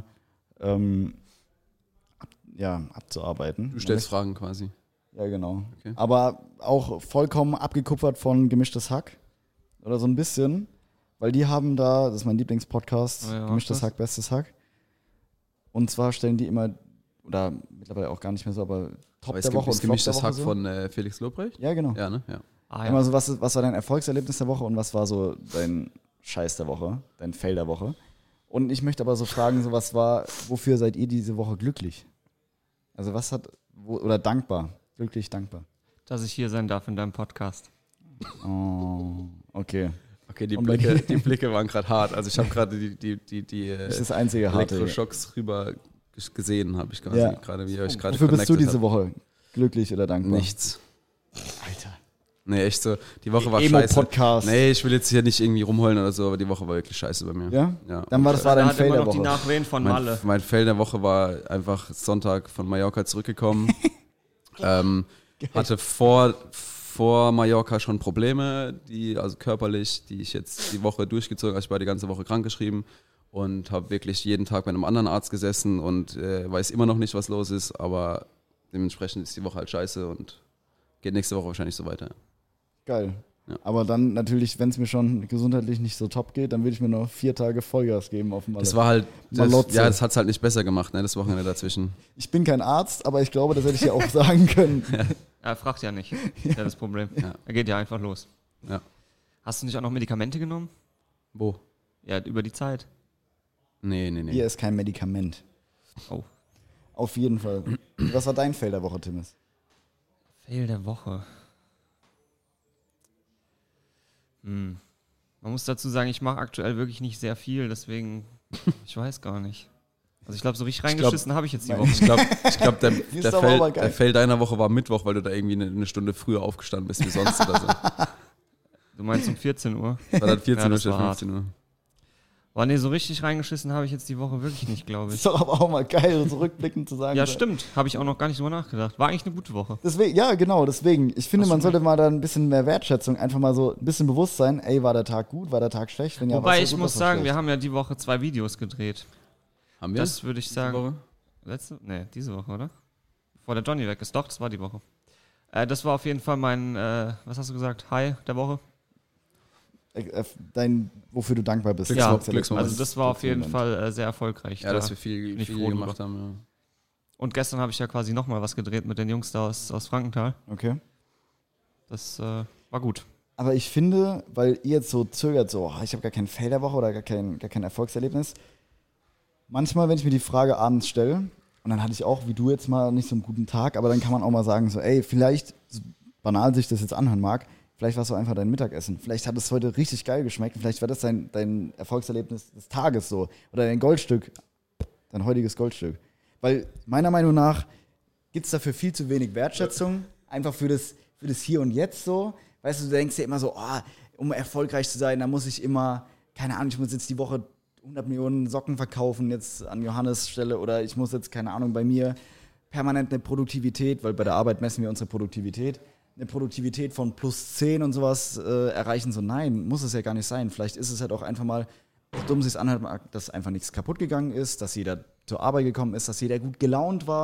abzuarbeiten.
Du stellst Fragen quasi.
Ja, genau.
Okay.
Aber auch vollkommen abgekupfert von Gemischtes Hack. Oder so ein bisschen. Weil die haben da, das ist mein Lieblingspodcast,
Ja,
Gemischtes
was?
Hack, Bestes Hack. Und zwar stellen die immer, oder mittlerweile auch gar nicht mehr so, aber Top
Aber es
der
gibt
Woche
das
und Flop der
gemischtes
Woche
Hack
so.
von Felix Lobrecht.
Ja, genau.
Ja, ne? Ja.
Ah,
Immer so, was war dein Erfolgserlebnis der Woche und was war so dein Scheiß der Woche, dein Fail der Woche? Und ich möchte aber so fragen, so wofür seid ihr diese Woche glücklich? Also oder dankbar? Glücklich, dankbar.
Dass ich hier sein darf in deinem Podcast.
Oh, okay.
Okay, die
Und bei
Blicke waren gerade hart. Also ich habe gerade die
Das ist das einzige harte.
Elektroschocks rüber gesehen, habe ich quasi
Ja.
gerade, wie ihr euch gerade
Wofür bist du
connected
diese Woche glücklich oder dankbar?
Nichts.
Alter.
Nee, echt so. Die Woche war
Emo-Podcast.
scheiße. Nee, ich will jetzt hier nicht irgendwie rumheulen oder so, aber die Woche war wirklich scheiße bei mir.
Ja?
Ja.
Dann das war
Da
dein
hat
Fail
immer
der
noch die
Woche.
Nachwehen von Malle.
Mein Fail der Woche war einfach Sonntag von Mallorca zurückgekommen. Hatte vor Mallorca schon Probleme, also körperlich, die ich jetzt die Woche durchgezogen habe. Ich war die ganze Woche krankgeschrieben und habe wirklich jeden Tag bei einem anderen Arzt gesessen und weiß immer noch nicht, was los ist, aber dementsprechend ist die Woche halt scheiße und geht nächste Woche wahrscheinlich so weiter.
Geil.
Ja.
Aber dann natürlich, wenn es mir schon gesundheitlich nicht so top geht, dann würde ich mir noch 4 Tage Vollgas geben auf dem Malle.
Das war halt,
Malotze.
das hat es halt nicht besser gemacht, ne, das Wochenende dazwischen.
Ich bin kein Arzt, aber ich glaube, das hätte ich ja auch sagen können.
Er fragt ja nicht. Das ist ja das Problem.
Ja.
Er geht ja einfach los.
Ja.
Hast du nicht auch noch Medikamente genommen?
Wo?
Ja, über die Zeit.
Nee.
Hier ist kein Medikament.
Oh.
Auf jeden Fall. Was war dein Fail der Woche, Timmis?
Fail der Woche. Man muss dazu sagen, ich mache aktuell wirklich nicht sehr viel, deswegen, ich weiß gar nicht. Also ich glaube, so richtig reingeschissen habe ich jetzt die Woche.
Ich glaube,
ist aber aber geil.
der Fail deiner Woche war Mittwoch, weil du da irgendwie eine Stunde früher aufgestanden bist wie sonst oder so.
Du meinst um 14 Uhr?
War dann 14
Ja,
Uhr
das
statt
war hart.
15 Uhr.
Boah, nee, so richtig reingeschissen habe ich jetzt die Woche wirklich nicht, glaube
Ist
ich.
doch aber auch mal geil, so rückblickend zu sagen.
Ja,
so.
stimmt. Habe ich auch noch gar nicht drüber nachgedacht. War eigentlich eine gute Woche.
Deswegen, ja, genau, deswegen. Ich finde, man sollte mal da ein bisschen mehr Wertschätzung, einfach mal so ein bisschen Bewusstsein, ey, war der Tag gut, war der Tag schlecht? Wenn ja,
Wobei
was
ich
gut,
muss
was war
sagen,
schlecht?
wir haben ja die Woche 2 Videos gedreht.
Haben wir?
Das würde ich
diese
sagen.
Woche?
Diese Woche, oder? Bevor der Johnny weg ist. Doch, das war die Woche. Das war auf jeden Fall mein, was hast du gesagt? High der Woche?
Wofür du dankbar bist.
Ja,
Glücksmoment.
Also das war auf jeden Fall sehr erfolgreich.
Ja,
Da
dass wir viel
bin ich froh
gemacht
drüber.
haben. Ja.
Und gestern habe ich ja quasi nochmal was gedreht mit den Jungs da aus Frankenthal.
Okay.
Das war gut.
Aber ich finde, weil ihr jetzt so zögert, so, ich habe gar keinen Fail der Woche oder gar kein Erfolgserlebnis. Manchmal, wenn ich mir die Frage abends stelle, und dann hatte ich auch, wie du jetzt mal, nicht so einen guten Tag, aber dann kann man auch mal sagen, so, ey, vielleicht, so banal sich das jetzt anhören mag, vielleicht war es so einfach dein Mittagessen. Vielleicht hat es heute richtig geil geschmeckt. Vielleicht war das dein Erfolgserlebnis des Tages so. Oder dein Goldstück, dein heutiges Goldstück. Weil meiner Meinung nach gibt es dafür viel zu wenig Wertschätzung. Einfach für das Hier und Jetzt so. Weißt du, du denkst dir immer so, um erfolgreich zu sein, da muss ich immer, keine Ahnung, ich muss jetzt die Woche 100 Millionen Socken verkaufen, jetzt an Johannes Stelle. Oder ich muss jetzt, keine Ahnung, bei mir permanent eine Produktivität, weil bei der Arbeit messen wir unsere Produktivität, eine Produktivität von +10 und sowas erreichen. So, nein, muss es ja gar nicht sein. Vielleicht ist es halt auch einfach mal, so dumm sich anhört, dass einfach nichts kaputt gegangen ist, dass jeder zur Arbeit gekommen ist, dass jeder gut gelaunt war,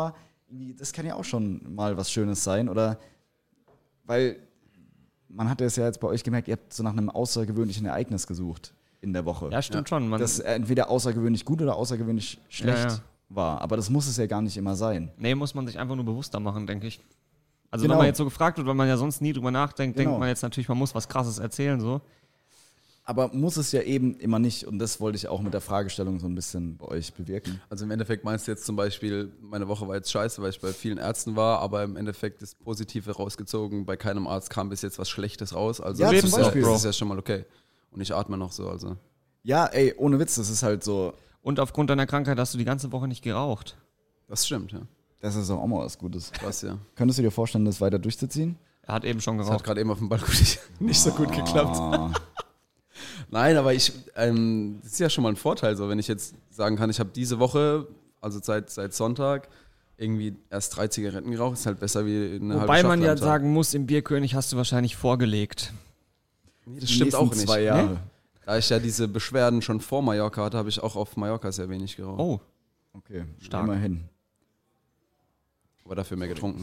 das kann ja auch schon mal was Schönes sein. Oder weil man hat es ja jetzt bei euch gemerkt, ihr habt so nach einem außergewöhnlichen Ereignis gesucht in der Woche.
Ja, stimmt schon.
Das entweder außergewöhnlich gut oder außergewöhnlich schlecht war. Aber das muss es ja gar nicht immer sein.
Nee, muss man sich einfach nur bewusster machen, denke ich. Also
Genau.
wenn man jetzt so gefragt wird, weil man ja sonst nie drüber nachdenkt,
Genau.
denkt man jetzt natürlich, man muss was Krasses erzählen, so.
Aber muss es ja eben immer nicht. Und das wollte ich auch mit der Fragestellung so ein bisschen bei euch bewirken.
Also im Endeffekt meinst du jetzt zum Beispiel, meine Woche war jetzt scheiße, weil ich bei vielen Ärzten war, aber im Endeffekt ist Positive rausgezogen. Bei keinem Arzt kam bis jetzt was Schlechtes raus. Also
Ja, zum Beispiel.
das ist ja schon mal okay. Und ich atme noch so, also.
Ja, ey, ohne Witz, das ist halt so,
Und aufgrund deiner Krankheit hast du die ganze Woche nicht geraucht.
Das stimmt, ja.
das ist auch mal was Gutes.
Krass, ja.
Könntest du dir vorstellen, das weiter durchzuziehen?
Er hat eben schon
Das hat
geraucht.
gerade eben auf dem Balkon nicht so gut geklappt.
Ah.
Nein, aber das ist ja schon mal ein Vorteil, so wenn ich jetzt sagen kann, ich habe diese Woche, also seit Sonntag, irgendwie erst 3 Zigaretten geraucht, ist halt besser wie eine halbe
Wobei man
Schachtel
ja
am Tag.
sagen muss, im Bierkönig hast du wahrscheinlich vorgelegt.
Nee, das
Die
stimmt auch
nächsten
nicht.
2 Jahre.
Da ich ja diese Beschwerden schon vor Mallorca hatte, habe ich auch auf Mallorca sehr wenig geraucht.
Oh,
Okay,
Stark.
immerhin.
Aber dafür mehr getrunken.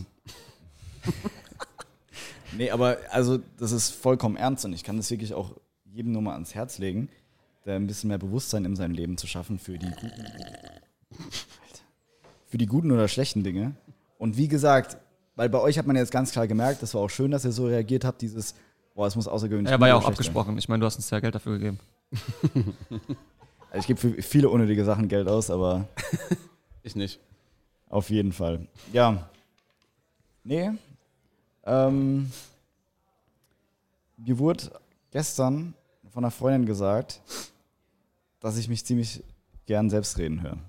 Nee, aber also das ist vollkommen ernst und ich kann das wirklich auch jedem nur mal ans Herz legen, da ein bisschen mehr Bewusstsein in seinem Leben zu schaffen für die guten oder schlechten Dinge. Und wie gesagt, weil bei euch hat man jetzt ganz klar gemerkt, das war auch schön, dass ihr so reagiert habt, dieses, boah, es muss außergewöhnlich
er war ja
gut
auch
oder schlecht sein.
abgesprochen. Ich meine, du hast uns ja Geld dafür gegeben.
Also ich gebe für viele unnötige Sachen Geld aus, aber
Ich nicht.
auf jeden Fall. Ja. Nee. Mir wurde gestern von einer Freundin gesagt, dass ich mich ziemlich gern selbst reden höre.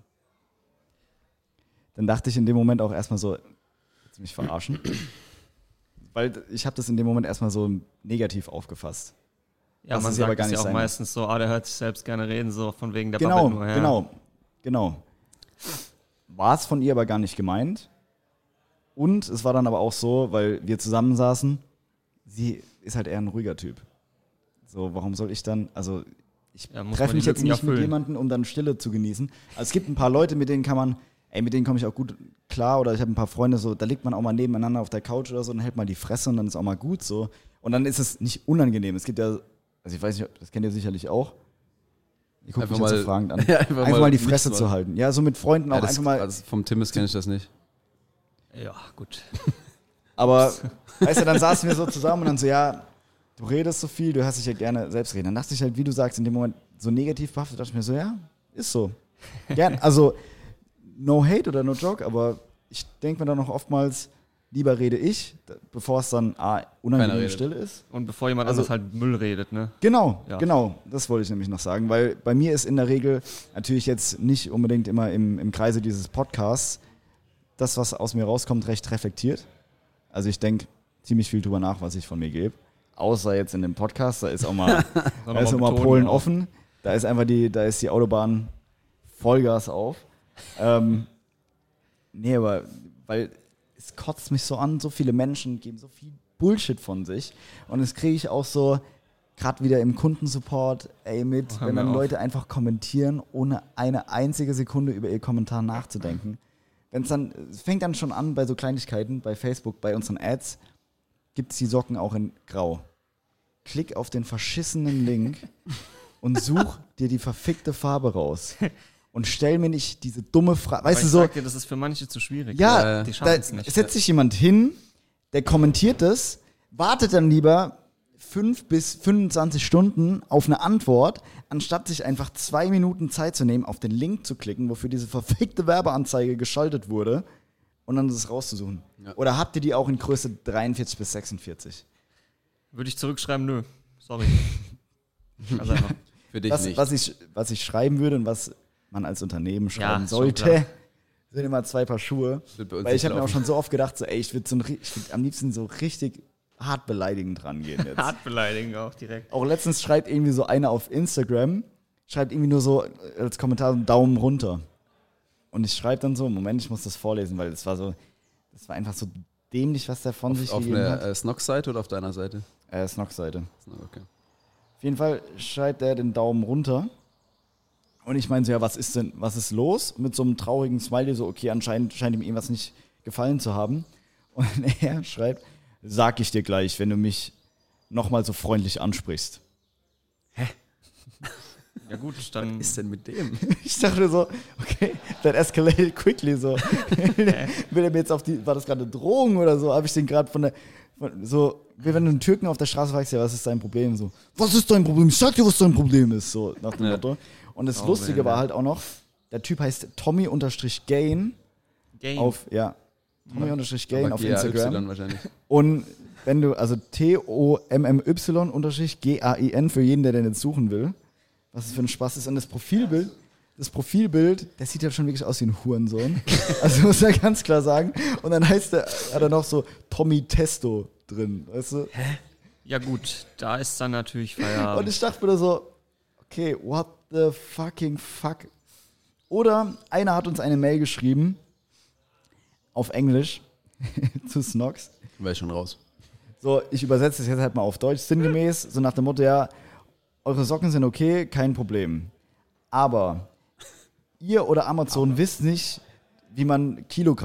Dann dachte ich in dem Moment auch erstmal so, willst du mich verarschen? Weil ich habe das in dem Moment erstmal so negativ aufgefasst.
Ja,
Das
man
ist aber
sagt
gar
es
nicht
ja auch
sein.
meistens so, der hört sich selbst gerne reden, so von wegen der
Genau,
babbelt nur. Ja.
genau. War es von ihr aber gar nicht gemeint. Und es war dann aber auch so, weil wir zusammensaßen, sie ist halt eher ein ruhiger Typ. So, warum soll ich dann, also ich
Ja, muss
treffe
man
mich
die
jetzt
Lücken ja
nicht mit
füllen.
jemandem, um dann Stille zu genießen. Also es gibt ein paar Leute, mit denen mit denen komme ich auch gut klar, oder ich habe ein paar Freunde, so, da liegt man auch mal nebeneinander auf der Couch oder so, dann hält mal die Fresse und dann ist auch mal gut so. Und dann ist es nicht unangenehm. Es gibt ja, also ich weiß nicht, das kennt ihr sicherlich auch. Ihr guckt
Einfach
mich jetzt
mal-
so fragend an.
Ja,
einfach mal die
nichts
Fresse
machen.
zu halten. Ja, so mit Freunden auch
Ja, das,
einfach mal.
also vom Timmis kenne ich das nicht.
Ja, gut.
Aber, weißt du, dann saßen wir so zusammen und dann so, ja, du redest so viel, du hörst dich ja gerne selbst reden. Dann dachte ich halt, wie du sagst, in dem Moment so negativ behaftet, dachte ich mir so, ja, ist so. Gern, also, no hate oder no joke, aber ich denke mir dann noch oftmals, lieber rede ich, bevor es dann unangenehm
redet.
still ist.
Und bevor jemand
Also-
anderes halt Müll redet, ne?
Genau,
Ja.
genau, das wollte ich nämlich noch sagen, weil bei mir ist in der Regel natürlich jetzt nicht unbedingt immer im Kreise dieses Podcasts das, was aus mir rauskommt, recht reflektiert. Also ich denke ziemlich viel drüber nach, was ich von mir gebe. Außer jetzt in dem Podcast, da ist auch mal, da ist auch mal
betonen
Polen
auch.
offen, da ist einfach da ist die Autobahn Vollgas auf. Nee, aber weil es kotzt mich so an, so viele Menschen geben so viel Bullshit von sich und das kriege ich auch so gerade wieder im Kundensupport,
hör
wenn
mir
dann
auf.
Leute einfach kommentieren, ohne eine einzige Sekunde über ihr Kommentar nachzudenken. Es fängt dann schon an bei so Kleinigkeiten, bei Facebook, bei unseren Ads, gibt es die Socken auch in Grau. Klick auf den verschissenen Link und such dir die verfickte Farbe raus. Und stell mir nicht diese dumme Frage. Weißt
Aber
du
ich
so,
sag dir, das ist für manche zu schwierig.
ja,
Die
da
schaffen es nicht.
setzt sich jemand hin, der kommentiert es, wartet dann lieber 5 bis 25 Stunden auf eine Antwort, anstatt sich einfach 2 Minuten Zeit zu nehmen, auf den Link zu klicken, wofür diese verfickte Werbeanzeige geschaltet wurde, und dann das rauszusuchen.
Ja.
Oder habt ihr die auch in Größe 43 bis 46?
Würde ich zurückschreiben, nö. Sorry. Also einfach.
Für dich nicht.
Was ich schreiben würde und was man als Unternehmen schreiben
ist schon
sollte,
klar.
sind immer 2 Paar Schuhe.
Wird bei uns
Weil ich
nicht
habe mir auch
laufen.
schon so oft gedacht, so, ey, ich würde am liebsten so richtig hart beleidigend rangehen jetzt.
Hart beleidigen auch direkt.
Auch letztens schreibt irgendwie so einer auf Instagram, schreibt irgendwie nur so als Kommentar so einen Daumen runter. Und ich schreibe dann so, Moment, ich muss das vorlesen, weil das war einfach so dämlich, was der von sich
Auf
gegeben
einer
hat.
Snox-Seite oder auf deiner Seite?
Snox-Seite.
Okay.
Auf jeden Fall schreibt der den Daumen runter. Und ich meine so, ja, was ist los? Mit so einem traurigen Smiley, so, okay, anscheinend scheint ihm irgendwas nicht gefallen zu haben. Und er schreibt, sag ich dir gleich, wenn du mich nochmal so freundlich ansprichst.
Ja gut, dann...
Was ist denn mit dem?
Ich dachte so, okay, that escalated quickly so. Will er mir jetzt war das gerade eine Drohung oder so? Habe ich den gerade so, wie wenn du einen Türken auf der Straße fragst, ja, was ist dein Problem? So, was ist dein Problem? Ich sag dir, was dein Problem ist. So, nach dem Motto. Und das Lustige war halt auch noch, der Typ heißt Tommy-Gain. Tommy-Gain auf Instagram.
Wahrscheinlich.
Und wenn du, also TOMMY-GAIN für jeden, der den jetzt suchen will, was es für ein Spaß ist. Und das Profilbild, das sieht ja schon wirklich aus wie ein Hurensohn. Also muss man ganz klar sagen. Und dann hat er noch so Tommy Testo drin, weißt du?
Hä? Ja gut, da ist dann natürlich Feierabend.
Und ich dachte mir so, okay, what the fucking fuck? Oder einer hat uns eine Mail geschrieben, auf Englisch, zu Snox.
War ich schon raus.
So, ich übersetze es jetzt halt mal auf Deutsch, sinngemäß, so nach dem Motto, ja, eure Socken sind okay, kein Problem. Aber ihr oder Amazon wisst nicht, wie man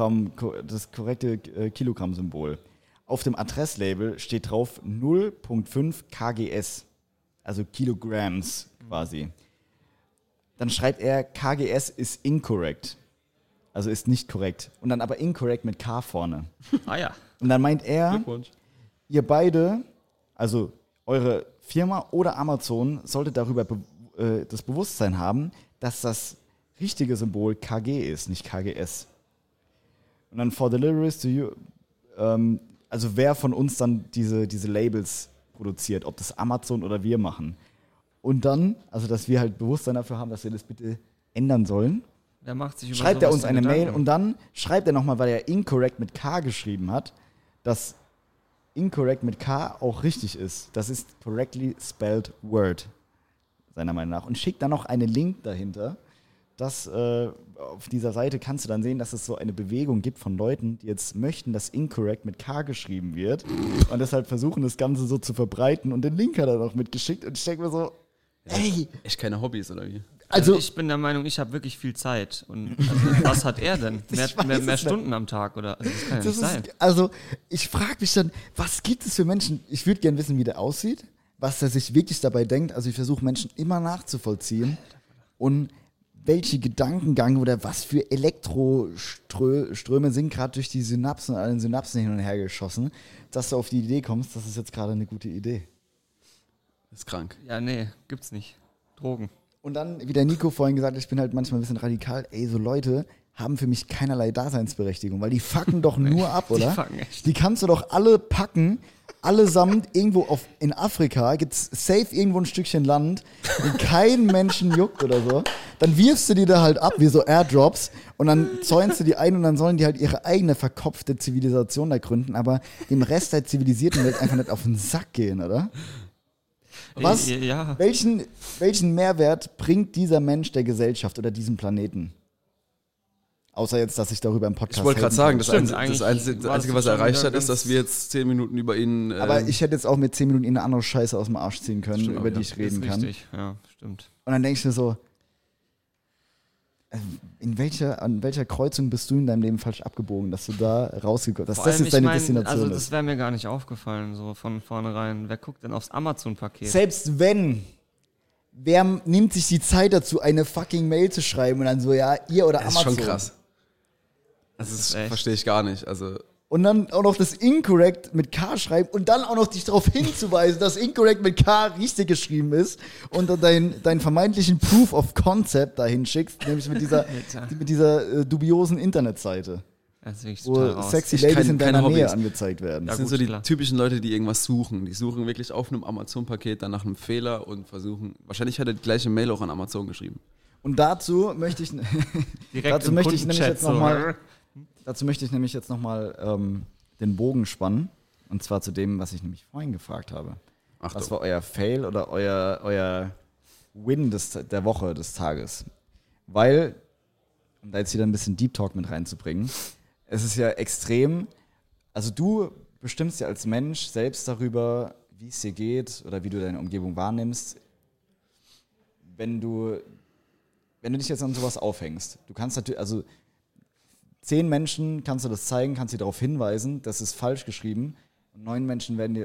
das korrekte Kilogramm-Symbol. Auf dem Adresslabel steht drauf 0,5 kgs, also Kilograms quasi. Dann schreibt er, kgs ist incorrect, also ist nicht korrekt. Und dann aber incorrect mit K vorne.
Ah ja.
Und dann meint er, ihr beide, also eure Firma oder Amazon, solltet darüber das Bewusstsein haben, dass das richtige Symbol KG ist, nicht KGS. Und dann for deliveries to you, also wer von uns dann diese Labels produziert, ob das Amazon oder wir machen. Und dann, also dass wir halt Bewusstsein dafür haben, dass wir das bitte ändern sollen.
Wer macht sich über
schreibt er uns eine
Gedanken?
Mail und dann schreibt er nochmal, weil er incorrect mit K geschrieben hat, dass incorrect mit K auch richtig ist. Das ist correctly spelled word, seiner Meinung nach. Und schickt dann noch einen Link dahinter. Auf dieser Seite kannst du dann sehen, dass es so eine Bewegung gibt von Leuten, die jetzt möchten, dass incorrect mit K geschrieben wird und deshalb versuchen, das Ganze so zu verbreiten. Und den Link hat er noch mitgeschickt und ich denke mir so, ey.
Echt keine Hobbys, oder wie?
Also ich bin der Meinung, ich habe wirklich viel Zeit. Und was hat er denn? Mehr Stunden am Tag? Oder? Also das kann ja nicht sein.
Also ich frage mich dann, was gibt es für Menschen? Ich würde gerne wissen, wie der aussieht, was er sich wirklich dabei denkt. Also ich versuche Menschen immer nachzuvollziehen und welche Gedankengang oder was für Elektroströme sind gerade durch die Synapsen, an den Synapsen hin und her geschossen, dass du auf die Idee kommst, das ist jetzt gerade eine gute Idee.
Das ist krank.
Ja, nee, gibt's nicht. Drogen.
Und dann, wie der Nico vorhin gesagt hat, ich bin halt manchmal ein bisschen radikal, ey, so Leute haben für mich keinerlei Daseinsberechtigung, weil die fucken doch nur ab, oder?
Die fucken echt.
Die kannst du doch alle packen, allesamt irgendwo in Afrika, gibt's safe irgendwo ein Stückchen Land, wo kein Menschen juckt oder so. Dann wirfst du die da halt ab, wie so Airdrops, und dann zäunst du die ein und dann sollen die halt ihre eigene verkopfte Zivilisation da gründen, aber dem Rest der zivilisierten Welt einfach nicht auf den Sack gehen, oder? Was?
Ja.
Welchen Mehrwert bringt dieser Mensch der Gesellschaft oder diesem Planeten? Außer jetzt, dass ich darüber im Podcast.
Ich wollte gerade sagen, das
Stimmt,
Einzige, was er erreicht hat, ist, dass wir jetzt 10 Minuten über ihn.
Aber ich hätte jetzt auch mit 10 Minuten eine andere Scheiße aus dem Arsch ziehen können,
Stimmt,
über die
ja.
ich reden kann.
Richtig, ja, stimmt.
Und dann denke ich mir so, an welcher Kreuzung bist du in deinem Leben falsch abgebogen, dass du da rausgekommen bist? Dass das jetzt deine Destination
also
ist.
das wäre mir gar nicht aufgefallen, so von vornherein. Wer guckt denn aufs Amazon-Paket?
Selbst wenn, wer nimmt sich die Zeit dazu, eine fucking Mail zu schreiben und dann so, ja, ihr oder
Das
Amazon?
ist schon krass. Das verstehe ich gar nicht. Also
Und dann auch noch das Incorrect mit K schreiben und dann auch noch dich darauf hinzuweisen, dass Incorrect mit K richtig geschrieben ist und dann deinen vermeintlichen Proof of Concept dahin schickst, nämlich mit dieser dubiosen Internetseite,
Das ist wirklich
wo
total raus.
sexy Ladies in deiner
keine
Nähe
Hobbys.
angezeigt werden.
das
Ja,
sind
gut,
so die
klar.
typischen Leute, die irgendwas suchen. Die suchen wirklich auf einem Amazon-Paket dann nach einem Fehler und versuchen. Wahrscheinlich hat er die gleiche Mail auch an Amazon geschrieben.
Und dazu möchte ich
Direkt im
nämlich
Kundenchat
jetzt nochmal den Bogen spannen. Und zwar zu dem, was ich nämlich vorhin gefragt habe.
Achtung.
Was war euer Fail oder euer Win der Woche, des Tages? Weil, um da jetzt wieder ein bisschen Deep Talk mit reinzubringen, es ist ja extrem, also du bestimmst ja als Mensch selbst darüber, wie es dir geht oder wie du deine Umgebung wahrnimmst, wenn du dich jetzt an sowas aufhängst. Du kannst natürlich, also 10 Menschen kannst du das zeigen, kannst sie darauf hinweisen, das ist falsch geschrieben. Und 9 Menschen werden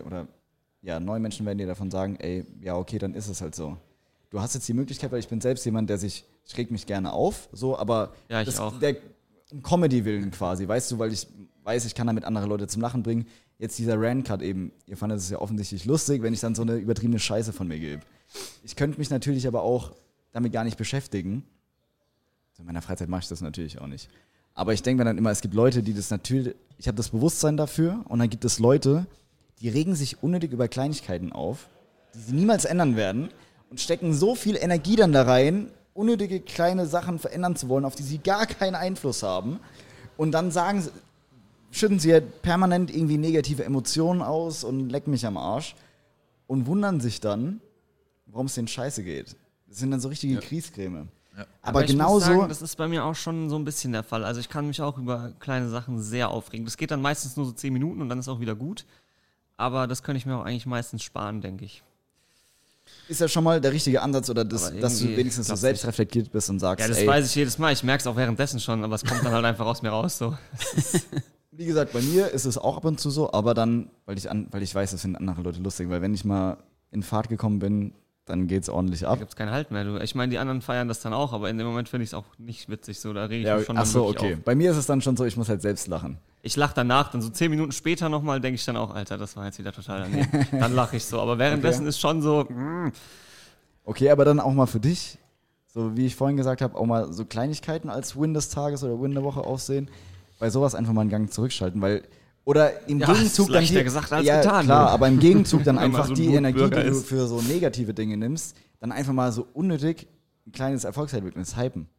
dir davon sagen, ey, ja, okay, dann ist es halt so. Du hast jetzt die Möglichkeit, weil ich bin selbst jemand, ich reg mich gerne auf, so, aber
ja, ich auch.
Der Comedy-Willen quasi, weißt du, weil ich weiß, ich kann damit andere Leute zum Lachen bringen. Jetzt dieser Rant-Cut eben, ihr fandet es ja offensichtlich lustig, wenn ich dann so eine übertriebene Scheiße von mir gebe. Ich könnte mich natürlich aber auch damit gar nicht beschäftigen. In meiner Freizeit mache ich das natürlich auch nicht. Aber ich denke mir dann immer, es gibt Leute, die das natürlich, ich habe das Bewusstsein dafür und dann gibt es Leute, die regen sich unnötig über Kleinigkeiten auf, die sie niemals ändern werden und stecken so viel Energie dann da rein, unnötige kleine Sachen verändern zu wollen, auf die sie gar keinen Einfluss haben. Und dann schütten sie ja permanent irgendwie negative Emotionen aus und lecken mich am Arsch und wundern sich dann, warum es denen scheiße geht. Das sind dann so richtige Kriescreme. Ja. Aber genauso.
Ich muss sagen, das ist bei mir auch schon so ein bisschen der Fall. Also ich kann mich auch über kleine Sachen sehr aufregen. Das geht dann meistens nur so 10 Minuten und dann ist auch wieder gut. Aber das könnte ich mir auch eigentlich meistens sparen, denke ich.
Ist ja schon mal der richtige Ansatz oder dass du wenigstens so selbstreflektiert bist und sagst,
ja, das weiß ich jedes Mal. Ich merke es auch währenddessen schon, aber es kommt dann halt einfach aus mir raus. So.
Wie gesagt, bei mir ist es auch ab und zu so, aber dann, weil ich weiß, das finden andere Leute lustig, weil wenn ich mal in Fahrt gekommen bin, dann geht's ordentlich ab.
Da gibt's keinen Halt mehr. Ich meine, die anderen feiern das dann auch, aber in dem Moment finde ich es auch nicht witzig. So, da rege ich mich schon
ach so,
okay.
Auf. Bei mir ist es dann schon so, ich muss halt selbst lachen.
Ich lache danach, dann so 10 Minuten später nochmal, denke ich dann auch, Alter, das war jetzt wieder total daneben. Dann lache ich so, aber währenddessen ist schon so...
Okay, aber dann auch mal für dich, so wie ich vorhin gesagt habe, auch mal so Kleinigkeiten als Win des Tages oder Win der Woche aussehen, bei sowas einfach mal einen Gang zurückschalten, weil oder im Gegenzug
dann gesagt als getan.
Klar, aber im Gegenzug dann einfach so die Energie, die du für so negative Dinge nimmst, dann einfach mal so unnötig ein kleines Erfolgserlebnis hypen.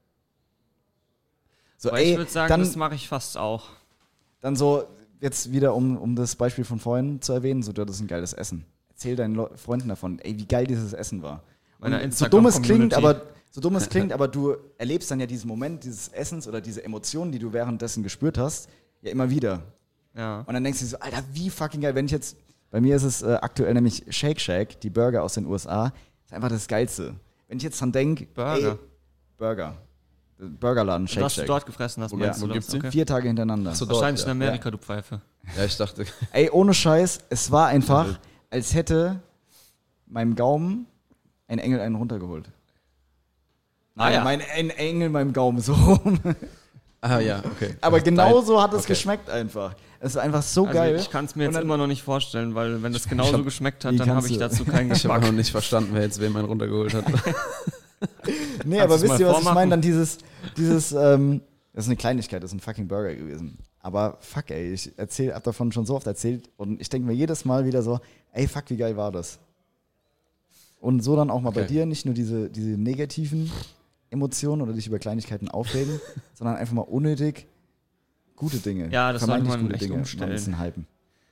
So, ich würde sagen, das mache ich fast auch.
Dann so, jetzt wieder, um das Beispiel von vorhin zu erwähnen, so, das ist ein geiles Essen. Erzähl deinen Freunden davon, ey, wie geil dieses Essen war. So dumm es klingt, aber du erlebst dann ja diesen Moment dieses Essens oder diese Emotionen, die du währenddessen gespürt hast, ja immer wieder.
Ja.
Und dann denkst du dir so, Alter, wie fucking geil. Bei mir ist es aktuell nämlich Shake Shack, die Burger aus den USA, ist einfach das Geilste. Wenn ich jetzt dran denke, Burgerladen, Shake Shack.
Was du dort gefressen hast,
meinst du? Wo gibt's den? 4 Tage hintereinander.
So, wahrscheinlich in Amerika, du Pfeife.
Ja, ich dachte.
Ey, ohne Scheiß, es war einfach, als hätte meinem Gaumen ein Engel einen runtergeholt. Ein Engel meinem Gaumen, so rum.
Ah ja, okay.
Aber genauso hat es geschmeckt einfach. Es war einfach so geil.
Ich kann es mir jetzt immer noch nicht vorstellen, weil wenn das genauso geschmeckt hat, dann habe ich dazu keinen Geschmack.
Ich habe noch nicht verstanden, wer jetzt wem einen runtergeholt hat.
Nee, aber wisst ihr, was ich meine? Dann dieses das ist eine Kleinigkeit, das ist ein fucking Burger gewesen. Aber fuck, ey, ich hab davon schon so oft erzählt und ich denke mir jedes Mal wieder so, ey, fuck, wie geil war das? Und so dann auch mal bei dir, nicht nur diese negativen Emotionen oder dich über Kleinigkeiten aufregen, sondern einfach mal unnötig gute Dinge.
Ja, das sollte man
gute
echt
Dinge
umstellen.
Ein bisschen hypen.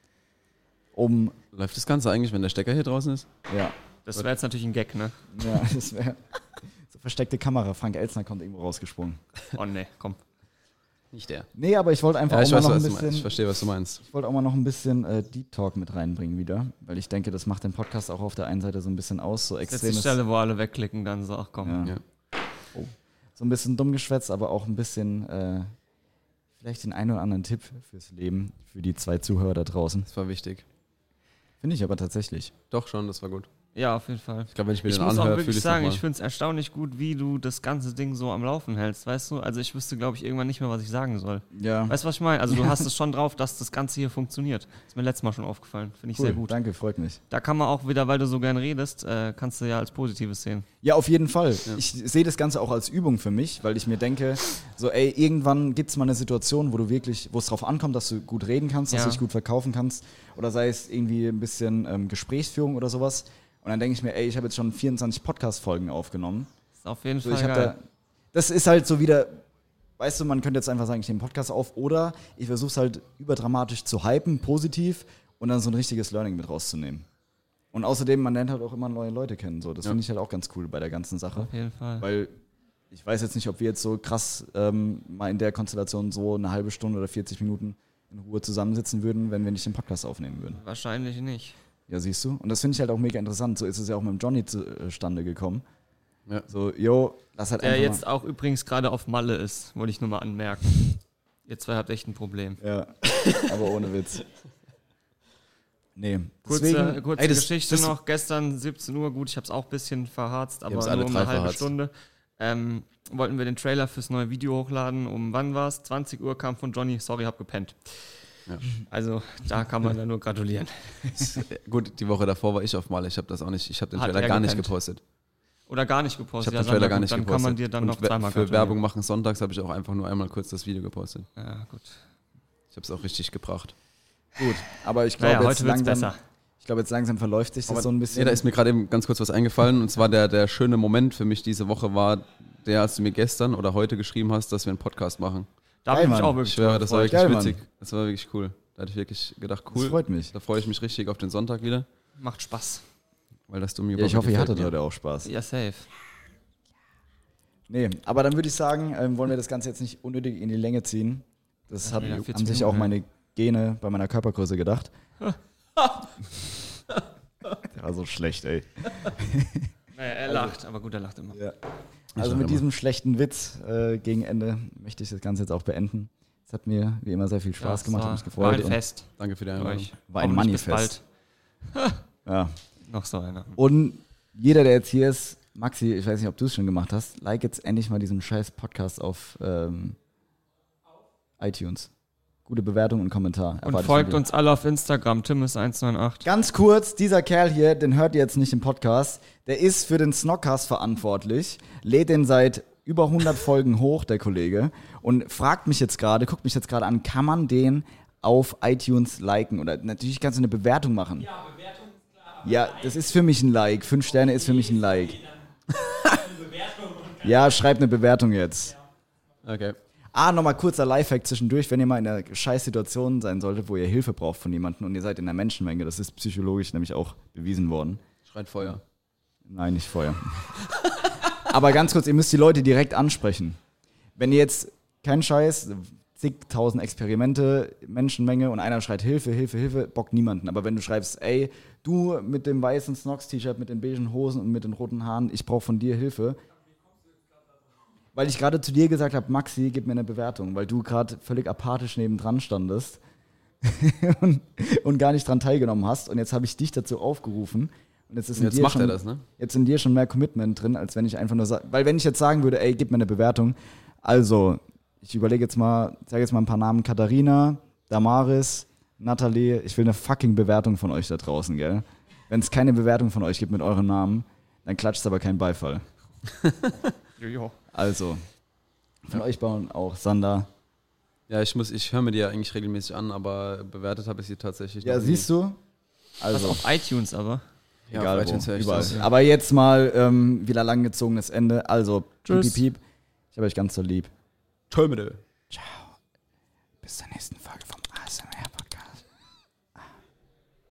Läuft das Ganze eigentlich, wenn der Stecker hier draußen ist?
Ja.
Das wäre jetzt natürlich ein Gag, ne?
Ja, das wäre so versteckte Kamera. Frank Elstner kommt irgendwo rausgesprungen.
Oh ne, komm.
Nicht der.
Nee, aber ich wollte einfach auch mal noch ein bisschen...
Ich verstehe, was du meinst.
Ich wollte auch mal noch ein bisschen Deep Talk mit reinbringen wieder, weil ich denke, das macht den Podcast auch auf der einen Seite so ein bisschen aus. So extremes...
Das ist die Stelle, wo alle wegklicken dann so, ach komm.
Ja. Oh. So ein bisschen dumm geschwätzt, aber auch ein bisschen vielleicht den einen oder anderen Tipp fürs Leben, für die 2 Zuhörer da draußen.
Das war wichtig.
Finde ich aber tatsächlich.
Doch schon, das war gut.
Ja, auf jeden Fall.
Ich glaube, wenn ich mir den
anhöre,
anhöre,
fühle ich
es nochmal.
Ich finde es erstaunlich gut, wie du das ganze Ding so am Laufen hältst, weißt du? Also ich wüsste, glaube ich, irgendwann nicht mehr, was ich sagen soll.
Ja.
Weißt du, was ich meine? Also du hast es schon drauf, dass das Ganze hier funktioniert. Ist mir letztes Mal schon aufgefallen. Finde ich sehr gut.
Danke, freut mich.
Da kann man auch wieder, weil du so gern redest, kannst du ja als Positives sehen.
Ja, auf jeden Fall. Ja. Ich sehe das Ganze auch als Übung für mich, weil ich mir denke, so ey, irgendwann gibt es mal eine Situation, wo es drauf ankommt, dass du gut reden kannst, dass du dich gut verkaufen kannst oder sei es irgendwie ein bisschen Gesprächsführung oder sowas. Und dann denke ich mir, ey, ich habe jetzt schon 24 Podcast-Folgen aufgenommen.
Das ist auf jeden Fall geil.
Das ist halt so wieder, weißt du, man könnte jetzt einfach sagen, ich nehme einen Podcast auf oder ich versuche es halt überdramatisch zu hypen, positiv und dann so ein richtiges Learning mit rauszunehmen. Und außerdem, man lernt halt auch immer neue Leute kennen. So. Das finde ich halt auch ganz cool bei der ganzen Sache.
Auf jeden Fall.
Weil ich weiß jetzt nicht, ob wir jetzt so krass mal in der Konstellation so eine halbe Stunde oder 40 Minuten in Ruhe zusammensitzen würden, wenn wir nicht den Podcast aufnehmen würden.
Wahrscheinlich nicht.
Ja, siehst du? Und das finde ich halt auch mega interessant. So ist es ja auch mit dem Johnny zustande gekommen.
Ja.
So, lass halt
der
einfach
jetzt auch übrigens gerade auf Malle ist, wollte ich nur mal anmerken. Ihr zwei habt echt ein Problem.
Ja, aber ohne Witz. Nee.
Kurze Geschichte noch. Gestern 17 Uhr, gut, ich habe es auch ein bisschen verharzt, aber nur um eine halbe Stunde. Wollten wir den Trailer fürs neue Video hochladen. Wann war es? 20 Uhr kam von Johnny, sorry, hab gepennt. Ja. Also da kann man dann nur gratulieren.
Gut, die Woche davor war ich auf Malle. Ich habe den Trailer gar nicht gepostet.
Oder gar nicht gepostet.
Ich habe den Trailer gar nicht gepostet.
Dann kann man dir dann noch zweimal
für Werbung machen sonntags habe ich auch einfach nur einmal kurz das Video gepostet.
Ja, gut.
Ich habe es auch richtig gebracht.
Gut, aber ich glaube,
heute wird's besser.
Ich glaube, jetzt langsam verläuft sich das so ein bisschen.
Nee, da ist mir gerade eben ganz kurz was eingefallen. Und zwar der schöne Moment für mich diese Woche war der, als du mir gestern oder heute geschrieben hast, dass wir einen Podcast machen.
Da bin ich auch wirklich.
Ich schwöre, das war wirklich witzig. Das war wirklich cool. Da hatte ich wirklich gedacht, cool.
Das freut mich.
Da freue ich mich richtig auf den Sonntag wieder.
Macht Spaß.
Weil das du mir
ich hoffe, ihr hattet heute auch Spaß.
Ja, safe.
Nee, aber dann würde ich sagen, wollen wir das Ganze jetzt nicht unnötig in die Länge ziehen. Das haben sich auch meine Gene bei meiner Körpergröße gedacht. Der war so schlecht, ey.
Naja, er lacht, aber gut, er lacht immer.
Ja. Also mit diesem schlechten Witz gegen Ende möchte ich das Ganze jetzt auch beenden. Es hat mir wie immer sehr viel Spaß gemacht, hat mich gefreut.
War ein Fest.
Danke für die Einladung.
War ein Moneyfest. Ja.
Noch so einer.
Und jeder, der jetzt hier ist, Maxi, ich weiß nicht, ob du es schon gemacht hast, like jetzt endlich mal diesen scheiß Podcast auf iTunes. Gute Bewertung und Kommentar.
Und folgt uns alle auf Instagram, Timmis198.
Ganz kurz, dieser Kerl hier, den hört ihr jetzt nicht im Podcast, der ist für den Snockcast verantwortlich, lädt den seit über 100 Folgen hoch, der Kollege, und guckt mich jetzt gerade an, kann man den auf iTunes liken? Oder natürlich kannst du eine Bewertung machen. Ja, Bewertung ist klar. Ja, das ist für mich ein Like. 5 Sterne ist für mich ein Like. Ja, schreib eine Bewertung jetzt.
Okay.
Nochmal kurzer Lifehack zwischendurch, wenn ihr mal in einer Scheißsituation sein solltet, wo ihr Hilfe braucht von jemandem und ihr seid in einer Menschenmenge, das ist psychologisch nämlich auch bewiesen worden.
Schreit Feuer.
Nein, nicht Feuer. Aber ganz kurz, ihr müsst die Leute direkt ansprechen. Wenn ihr jetzt, kein Scheiß, zigtausend Experimente, Menschenmenge und einer schreit Hilfe, Hilfe, Hilfe, bockt niemanden. Aber wenn du schreibst, ey, du mit dem weißen Snox-T-Shirt, mit den beigen Hosen und mit den roten Haaren, ich brauche von dir Hilfe. Weil ich gerade zu dir gesagt habe, Maxi, gib mir eine Bewertung, weil du gerade völlig apathisch nebendran standest und gar nicht dran teilgenommen hast. Und jetzt habe ich dich dazu aufgerufen. Und jetzt
macht er das, ne?
Jetzt in dir schon mehr Commitment drin, als wenn ich einfach nur sage, weil wenn ich jetzt sagen würde, ey, gib mir eine Bewertung, also, ich überlege jetzt mal, sage jetzt mal ein paar Namen, Katharina, Damaris, Nathalie, ich will eine fucking Bewertung von euch da draußen, gell? Wenn es keine Bewertung von euch gibt mit euren Namen, dann klatscht es aber keinen Beifall.
Jojo.
Also, von euch bauen auch Sander.
Ja, ich höre mir die ja eigentlich regelmäßig an, aber bewertet habe ich sie tatsächlich
Ja, siehst du?
Also auf iTunes aber.
Ja,
egal
auf iTunes
überall.
Das, ja.
Aber jetzt mal wieder langgezogenes Ende. Also,
tschüss.
Piep, piep. Ich habe euch ganz so lieb.
Terminal.
Ciao. Bis zur nächsten Folge.